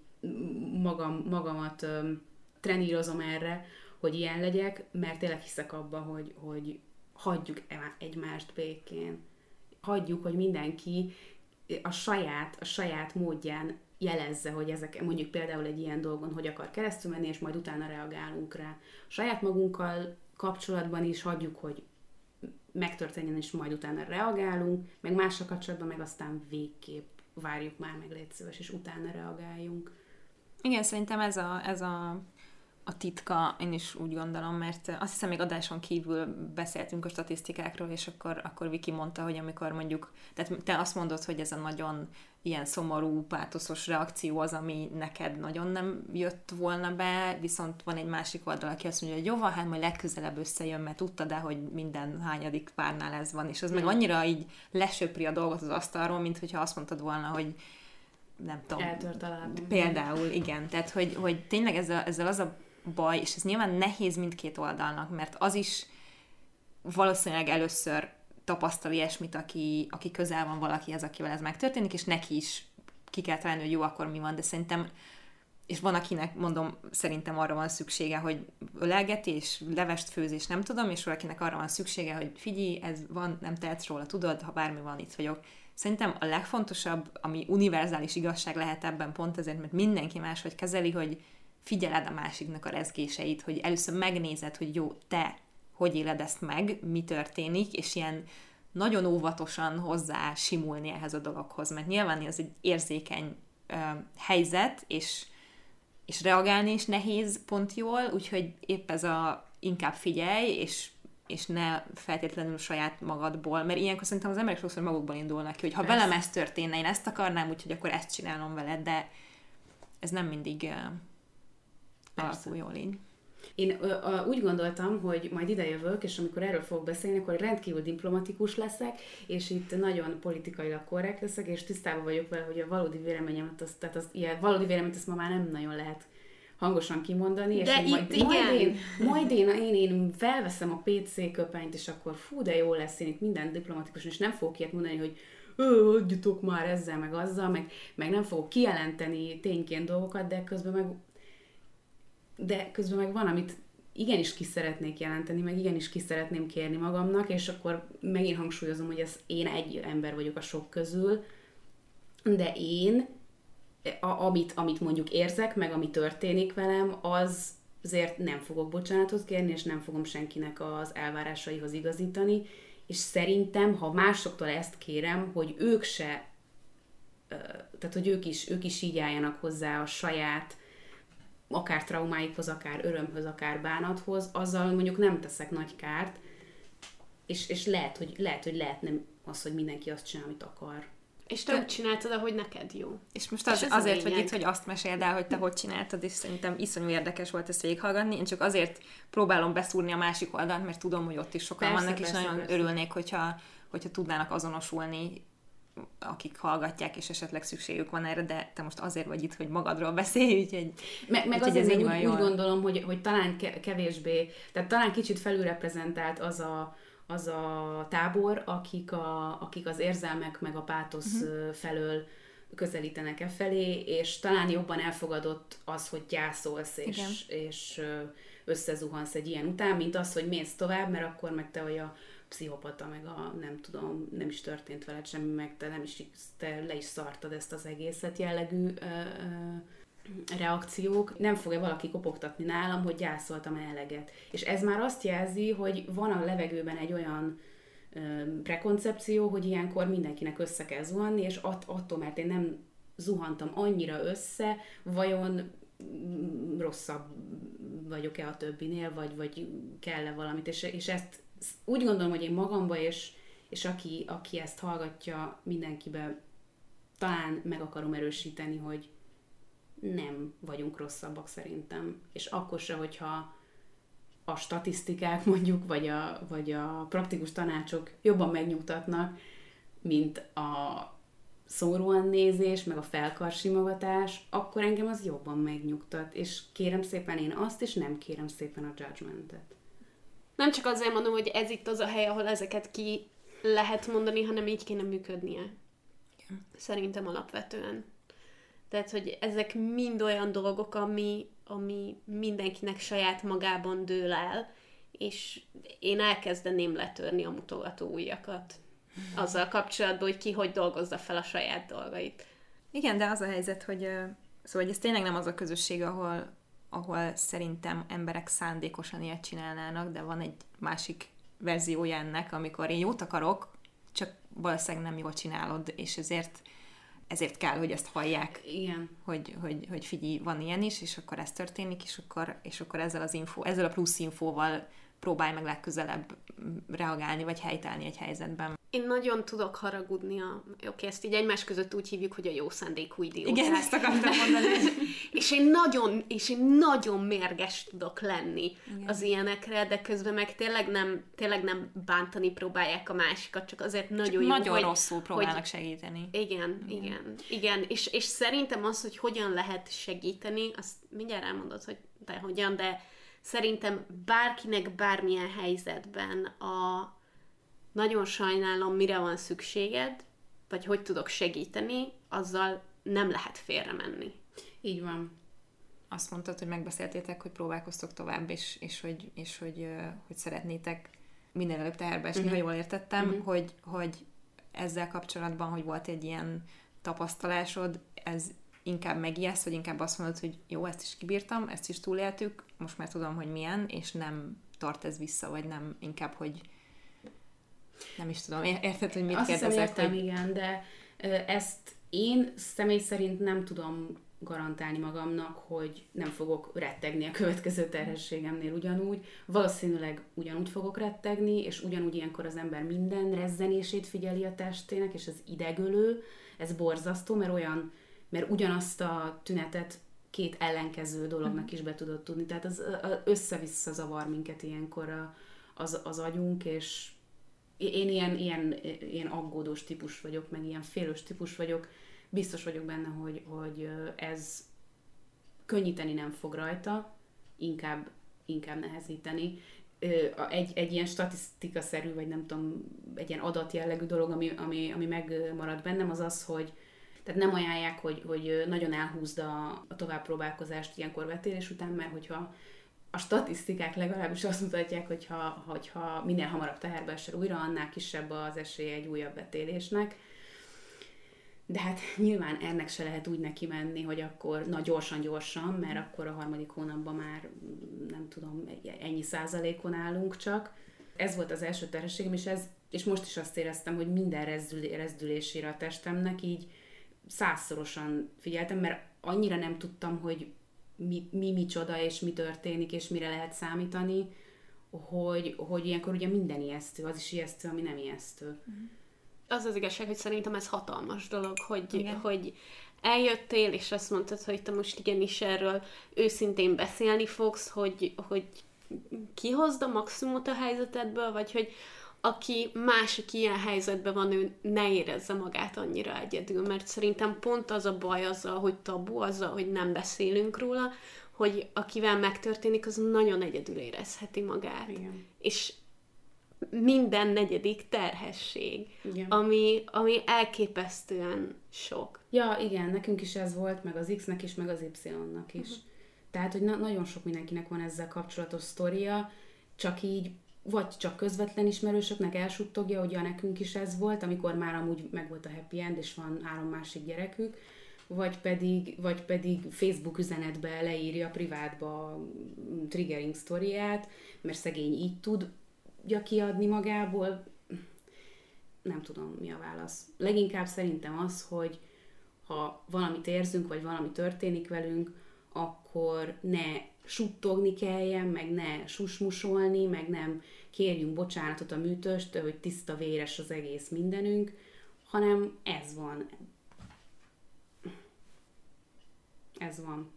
magam, magamat um, trenírozom erre, hogy ilyen legyek, mert tényleg hiszek abba, hogy, hogy hagyjuk egymást békén. Hagyjuk, hogy mindenki a saját, a saját módján jelezze, hogy ezek, mondjuk például egy ilyen dolgon, hogy akar keresztül menni, és majd utána reagálunk rá. Saját magunkkal kapcsolatban is hagyjuk, hogy megtörténjen, és majd utána reagálunk, meg mással kapcsolatban meg aztán végképp várjuk már meg, légy szíves, és utána reagáljunk. Igen, szerintem ez a, ez a a titka, én is úgy gondolom, mert azt hiszem még adáson kívül beszéltünk a statisztikákról, és akkor, akkor Viki mondta, hogy amikor mondjuk, tehát te azt mondod, hogy ez a nagyon ilyen szomorú, pátoszos reakció az, ami neked nagyon nem jött volna be, viszont van egy másik oldal, aki azt mondja, hogy jó, van, hát majd legközelebb összejön, mert tudtad-e, hogy minden hányadik párnál ez van, és az mm. meg annyira így lesöpri a dolgot az asztalról, mint hogyha azt mondtad volna, hogy nem tudom. Eltört a lábam. Például, igen. Tehát, hogy, hogy tényleg ezzel, ezzel az a baj, és ez nyilván nehéz mindkét oldalnak, mert az is valószínűleg először tapasztal ilyesmit, aki, aki közel van valakihez, akivel ez megtörténik, és neki is ki kell találni, hogy jó, akkor mi van, de szerintem, és van, akinek, mondom, szerintem arra van szüksége, hogy ölelgetés, levest főzés, nem tudom, és valakinek arra van szüksége, hogy figyelj, ez van, nem tehetsz róla, tudod, ha bármi van, itt vagyok. Szerintem a legfontosabb, ami univerzális igazság lehet ebben pont ezért, mert mindenki máshogy kezeli, hogy figyeled a másiknak a rezgéseit, hogy először megnézed, hogy jó, te hogy éled ezt meg, mi történik, és ilyen nagyon óvatosan hozzá simulni ehhez a dologhoz, mert nyilván ez egy érzékeny ö, helyzet, és, és reagálni is nehéz pont jól, úgyhogy épp ez a inkább figyelj, és, és ne feltétlenül saját magadból, mert ilyenkor szerintem az emberek sokszor magukból indulnak ki, hogy ha velem ez történne, én ezt akarnám, úgyhogy akkor ezt csinálom veled, de ez nem mindig... Ö, alakul jól így. Én ö, ö, úgy gondoltam, hogy majd idejövök, és amikor erről fogok beszélni, akkor rendkívül diplomatikus leszek, és itt nagyon politikailag korrekt leszek, és tisztában vagyok vele, hogy a valódi véleményemet, az, tehát az ilyen valódi véleményt azt ma már nem nagyon lehet hangosan kimondani, de és itt majd, igen. majd, én, majd én, én, én felveszem a pé cé köpenyt, és akkor fú, de jó lesz, én itt minden diplomatikus, és nem fogok ilyet mondani, hogy adjatok már ezzel, meg azzal, meg, meg nem fogok kijelenteni tényként dolgokat, de közben meg de közben meg van, amit igenis ki szeretnék jelenteni, meg igenis ki szeretném kérni magamnak, és akkor megint hangsúlyozom, hogy ez én egy ember vagyok a sok közül, de én, a, amit, amit mondjuk érzek, meg ami történik velem, az azért nem fogok bocsánatot kérni, és nem fogom senkinek az elvárásaihoz igazítani, és szerintem, ha másoktól ezt kérem, hogy ők se, tehát hogy ők is, ők is így álljanak hozzá a saját akár traumáikhoz, akár örömhöz, akár bánathoz, azzal mondjuk nem teszek nagy kárt, és, és lehet, hogy, lehet, hogy lehetne az, hogy mindenki azt csinál, amit akar. És te úgy csináltad, ahogy neked jó. És most az, és azért, hogy itt, hogy azt meséld el, hogy te hogy csináltad, és szerintem iszonyú érdekes volt ezt végighallgatni. Én csak azért próbálom beszúrni a másik oldalt, mert tudom, hogy ott is sokan persze, vannak, persze, és nagyon persze. örülnék, hogyha, hogyha tudnának azonosulni, akik hallgatják, és esetleg szükségük van erre, de te most azért vagy itt, hogy magadról beszélj, úgyhogy meg, meg azért úgy, úgy gondolom, hogy, hogy talán kevésbé, tehát talán kicsit felülreprezentált az a, az a tábor, akik, a, akik az érzelmek meg a pátosz uh-huh. felől közelítenek e felé, és talán jobban elfogadott az, hogy gyászolsz, és, és összezuhansz egy ilyen után, mint az, hogy mész tovább, mert akkor meg te vagy a pszichopata, meg a nem tudom, nem is történt veled semmi, meg te nem is, te le is szartad ezt az egészet jellegű ö, ö, reakciók. Nem fog-e valaki kopogtatni nálam, hogy gyászoltam eleget. És ez már azt jelzi, hogy van a levegőben egy olyan ö, prekoncepció, hogy ilyenkor mindenkinek össze kell zuhanni, és att, attól, mert én nem zuhantam annyira össze, vajon rosszabb vagyok-e a többinél, vagy, vagy kell-e valamit, és, és ezt úgy gondolom, hogy én magamba, és, és aki, aki ezt hallgatja, mindenkibe talán meg akarom erősíteni, hogy nem vagyunk rosszabbak szerintem. És akkor se, hogyha a statisztikák mondjuk, vagy a, vagy a praktikus tanácsok jobban megnyugtatnak, mint a szomorúan nézés, meg a felkarsimogatás, akkor engem az jobban megnyugtat. És kérem szépen én azt, és nem kérem szépen a judgmentet. Nem csak azért mondom, hogy ez itt az a hely, ahol ezeket ki lehet mondani, hanem így kéne működnie. Igen. Szerintem alapvetően. Tehát, hogy ezek mind olyan dolgok, ami, ami mindenkinek saját magában dől el, és én elkezdeném letörni a mutogató ujjakat azzal kapcsolatban, hogy ki hogy dolgozza fel a saját dolgait. Igen, de az a helyzet, hogy szóval hogy ez tényleg nem az a közösség, ahol ahol szerintem emberek szándékosan ilyet csinálnának, de van egy másik verziója ennek, amikor én jót akarok, csak valószínűleg nem jól csinálod, és ezért, ezért kell, hogy ezt hallják. Igen. Hogy, hogy, hogy figyelj, van ilyen is, és akkor ez történik, és akkor, és akkor ezzel az info, ezzel a plusz infóval próbálj meg legközelebb reagálni, vagy helytállni egy helyzetben. Én nagyon tudok haragudni a... Oké, ezt így egymás között úgy hívjuk, hogy a jó szándékú idióták. Igen, ezt akartam mondani. és, én nagyon, és én nagyon mérges tudok lenni igen. az ilyenekre, de közben meg tényleg nem, tényleg nem bántani próbálják a másikat, csak azért csak nagyon jó, nagyon hogy... rosszul próbálnak hogy, segíteni. Igen, igen, igen. igen. És, és szerintem az, hogy hogyan lehet segíteni, azt mindjárt elmondod, hogy de hogyan, de szerintem bárkinek bármilyen helyzetben a nagyon sajnálom, mire van szükséged, vagy hogy tudok segíteni, azzal nem lehet félre menni. Így van. Azt mondtad, hogy megbeszéltétek, hogy próbálkoztok tovább, és, és, hogy, és hogy, hogy szeretnétek minél előbb teherbe esni, uh-huh. ha jól értettem, uh-huh. hogy, hogy ezzel kapcsolatban, hogy volt egy ilyen tapasztalásod, ez inkább megijeszt, vagy inkább azt mondod, hogy jó, ezt is kibírtam, ezt is túléltük, most már tudom, hogy milyen, és nem tart ez vissza, vagy nem inkább, hogy nem is tudom, érted, hogy mit azt kérdezek? Azt hiszem, hogy... igen, de ezt én személy szerint nem tudom garantálni magamnak, hogy nem fogok rettegni a következő terhességemnél ugyanúgy. Valószínűleg ugyanúgy fogok rettegni, és ugyanúgy ilyenkor az ember minden rezzenését figyeli a testének, és ez idegölő, ez borzasztó, mert olyan, mert ugyanazt a tünetet két ellenkező dolognak is be tudod tudni. Tehát az, az össze-vissza zavar minket ilyenkor a, az, az agyunk, és én ilyen, ilyen, ilyen aggódós típus vagyok, meg ilyen félős típus vagyok. Biztos vagyok benne, hogy, hogy ez könnyíteni nem fog rajta, inkább, inkább nehezíteni. Egy, egy ilyen statisztikaszerű, vagy nem tudom, egy ilyen adatjellegű dolog, ami, ami, ami megmarad bennem, az az, hogy tehát nem ajánlják, hogy, hogy nagyon elhúzd a, a továbbpróbálkozást ilyenkor vetélés után, mert hogyha a statisztikák legalábbis azt mutatják, hogyha, hogyha minél hamarabb teherbe esel újra, annál kisebb az esélye egy újabb vetélésnek. De hát nyilván ennek se lehet úgy neki menni, hogy akkor na gyorsan-gyorsan, mert akkor a harmadik hónapban már nem tudom, ennyi százalékon állunk csak. Ez volt az első terhességem, és, ez, és most is azt éreztem, hogy minden rezdül, rezdülésére a testemnek így százszorosan figyeltem, mert annyira nem tudtam, hogy mi, mi micsoda, és mi történik, és mire lehet számítani, hogy, hogy ilyenkor ugye minden ijesztő, az is ijesztő, ami nem ijesztő. Az az igazság, hogy szerintem ez hatalmas dolog, hogy, hogy eljöttél, és azt mondtad, hogy te most igenis erről őszintén beszélni fogsz, hogy, hogy kihozd a maximumot a helyzetedből, vagy hogy aki másik ilyen helyzetben van, ő ne érezze magát annyira egyedül, mert szerintem pont az a baj azzal, hogy tabu, azzal, hogy nem beszélünk róla, hogy akivel megtörténik, az nagyon egyedül érezheti magát. Igen. És minden negyedik terhesség, ami, ami elképesztően sok. Ja, igen, nekünk is ez volt, meg az X-nek is, meg az Y-nak is. Uh-huh. Tehát, hogy na- nagyon sok mindenkinek van ezzel kapcsolatos sztoria, csak így, vagy csak közvetlen ismerősöknek elsuttogja, hogy ja, nekünk is ez volt, amikor már amúgy meg volt a happy end, és van három másik gyerekük, vagy pedig, vagy pedig Facebook üzenetbe leírja privátba a triggering sztoriát, mert szegény így tud ja, kiadni magából. Nem tudom, mi a válasz. Leginkább szerintem az, hogy ha valamit érzünk, vagy valami történik velünk, akkor ne suttogni kelljen, meg ne susmusolni, meg nem kérjünk bocsánatot a műtőstől, hogy tiszta véres az egész mindenünk, hanem ez van. Ez van.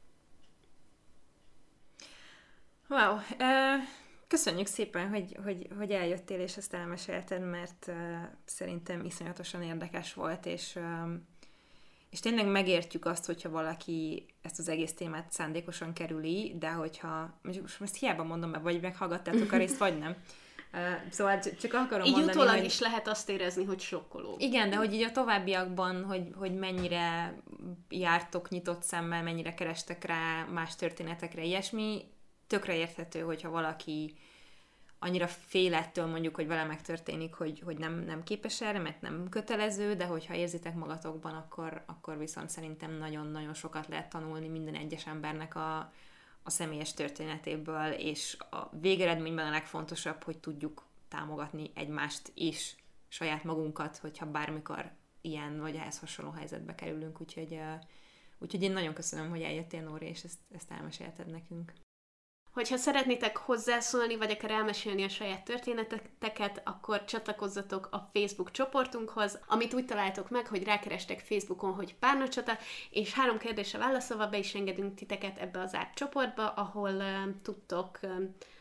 Wow! Uh, köszönjük szépen, hogy, hogy, hogy eljöttél, és ezt elmesélted, mert uh, szerintem iszonyatosan érdekes volt, és, uh, és tényleg megértjük azt, hogyha valaki ezt az egész témát szándékosan kerüli, de hogyha, most, most hiába mondom, mert vagy meghallgattátok a részt, vagy nem. Uh, szóval csak akarom így mondani, utólag hogy... is lehet azt érezni, hogy sokkoló. Igen, de hogy így a továbbiakban, hogy, hogy mennyire jártok nyitott szemmel, mennyire kerestek rá más történetekre, ilyesmi, tökre érthető, hogyha valaki annyira fél ettől mondjuk, hogy vele megtörténik, hogy, hogy nem, nem képes erre, mert nem kötelező, de hogyha érzitek magatokban, akkor, akkor viszont szerintem nagyon-nagyon sokat lehet tanulni minden egyes embernek a, a személyes történetéből, és a végeredményben a legfontosabb, hogy tudjuk támogatni egymást is, saját magunkat, hogyha bármikor ilyen vagy ehhez hasonló helyzetbe kerülünk. Úgyhogy, uh, úgyhogy én nagyon köszönöm, hogy eljöttél, Nóri, és ezt, ezt elmesélted nekünk. Hogyha szeretnétek hozzászólni, vagy akár elmesélni a saját történeteket, akkor csatlakozzatok a Facebook csoportunkhoz, amit úgy találtok meg, hogy rákerestek Facebookon, hogy Párnacsata, és három kérdésre válaszolva be is engedünk titeket ebbe az zárt csoportba, ahol uh, tudtok uh,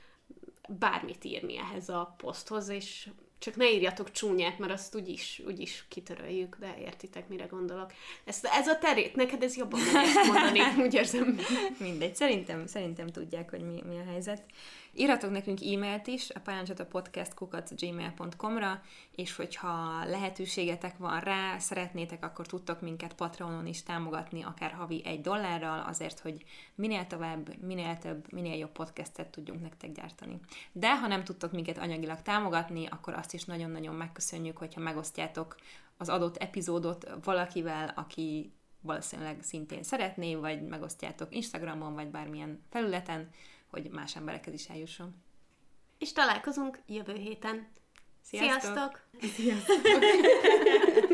bármit írni ehhez a poszthoz, és csak ne írjatok csúnyát, mert azt úgyis, úgyis kitöröljük, de értitek, mire gondolok. Ezt, ez a terét, neked ez jobban meg ezt mondani, úgy érzem. Mindegy, szerintem, szerintem tudják, hogy mi, mi a helyzet. Írhatok nekünk e-mailt is a párnacsatapodcast kukac gmail pont com-ra, és hogyha lehetőségetek van rá, szeretnétek, akkor tudtok minket Patreonon is támogatni, akár havi egy dollárral, azért, hogy minél tovább, minél több, minél jobb podcastet tudjunk nektek gyártani. De ha nem tudtok minket anyagilag támogatni, akkor azt is nagyon-nagyon megköszönjük, hogyha megosztjátok az adott epizódot valakivel, aki valószínűleg szintén szeretné, vagy megosztjátok Instagramon, vagy bármilyen felületen, hogy más emberekhez is eljusson. És találkozunk jövő héten. Sziasztok! Sziasztok! Sziasztok.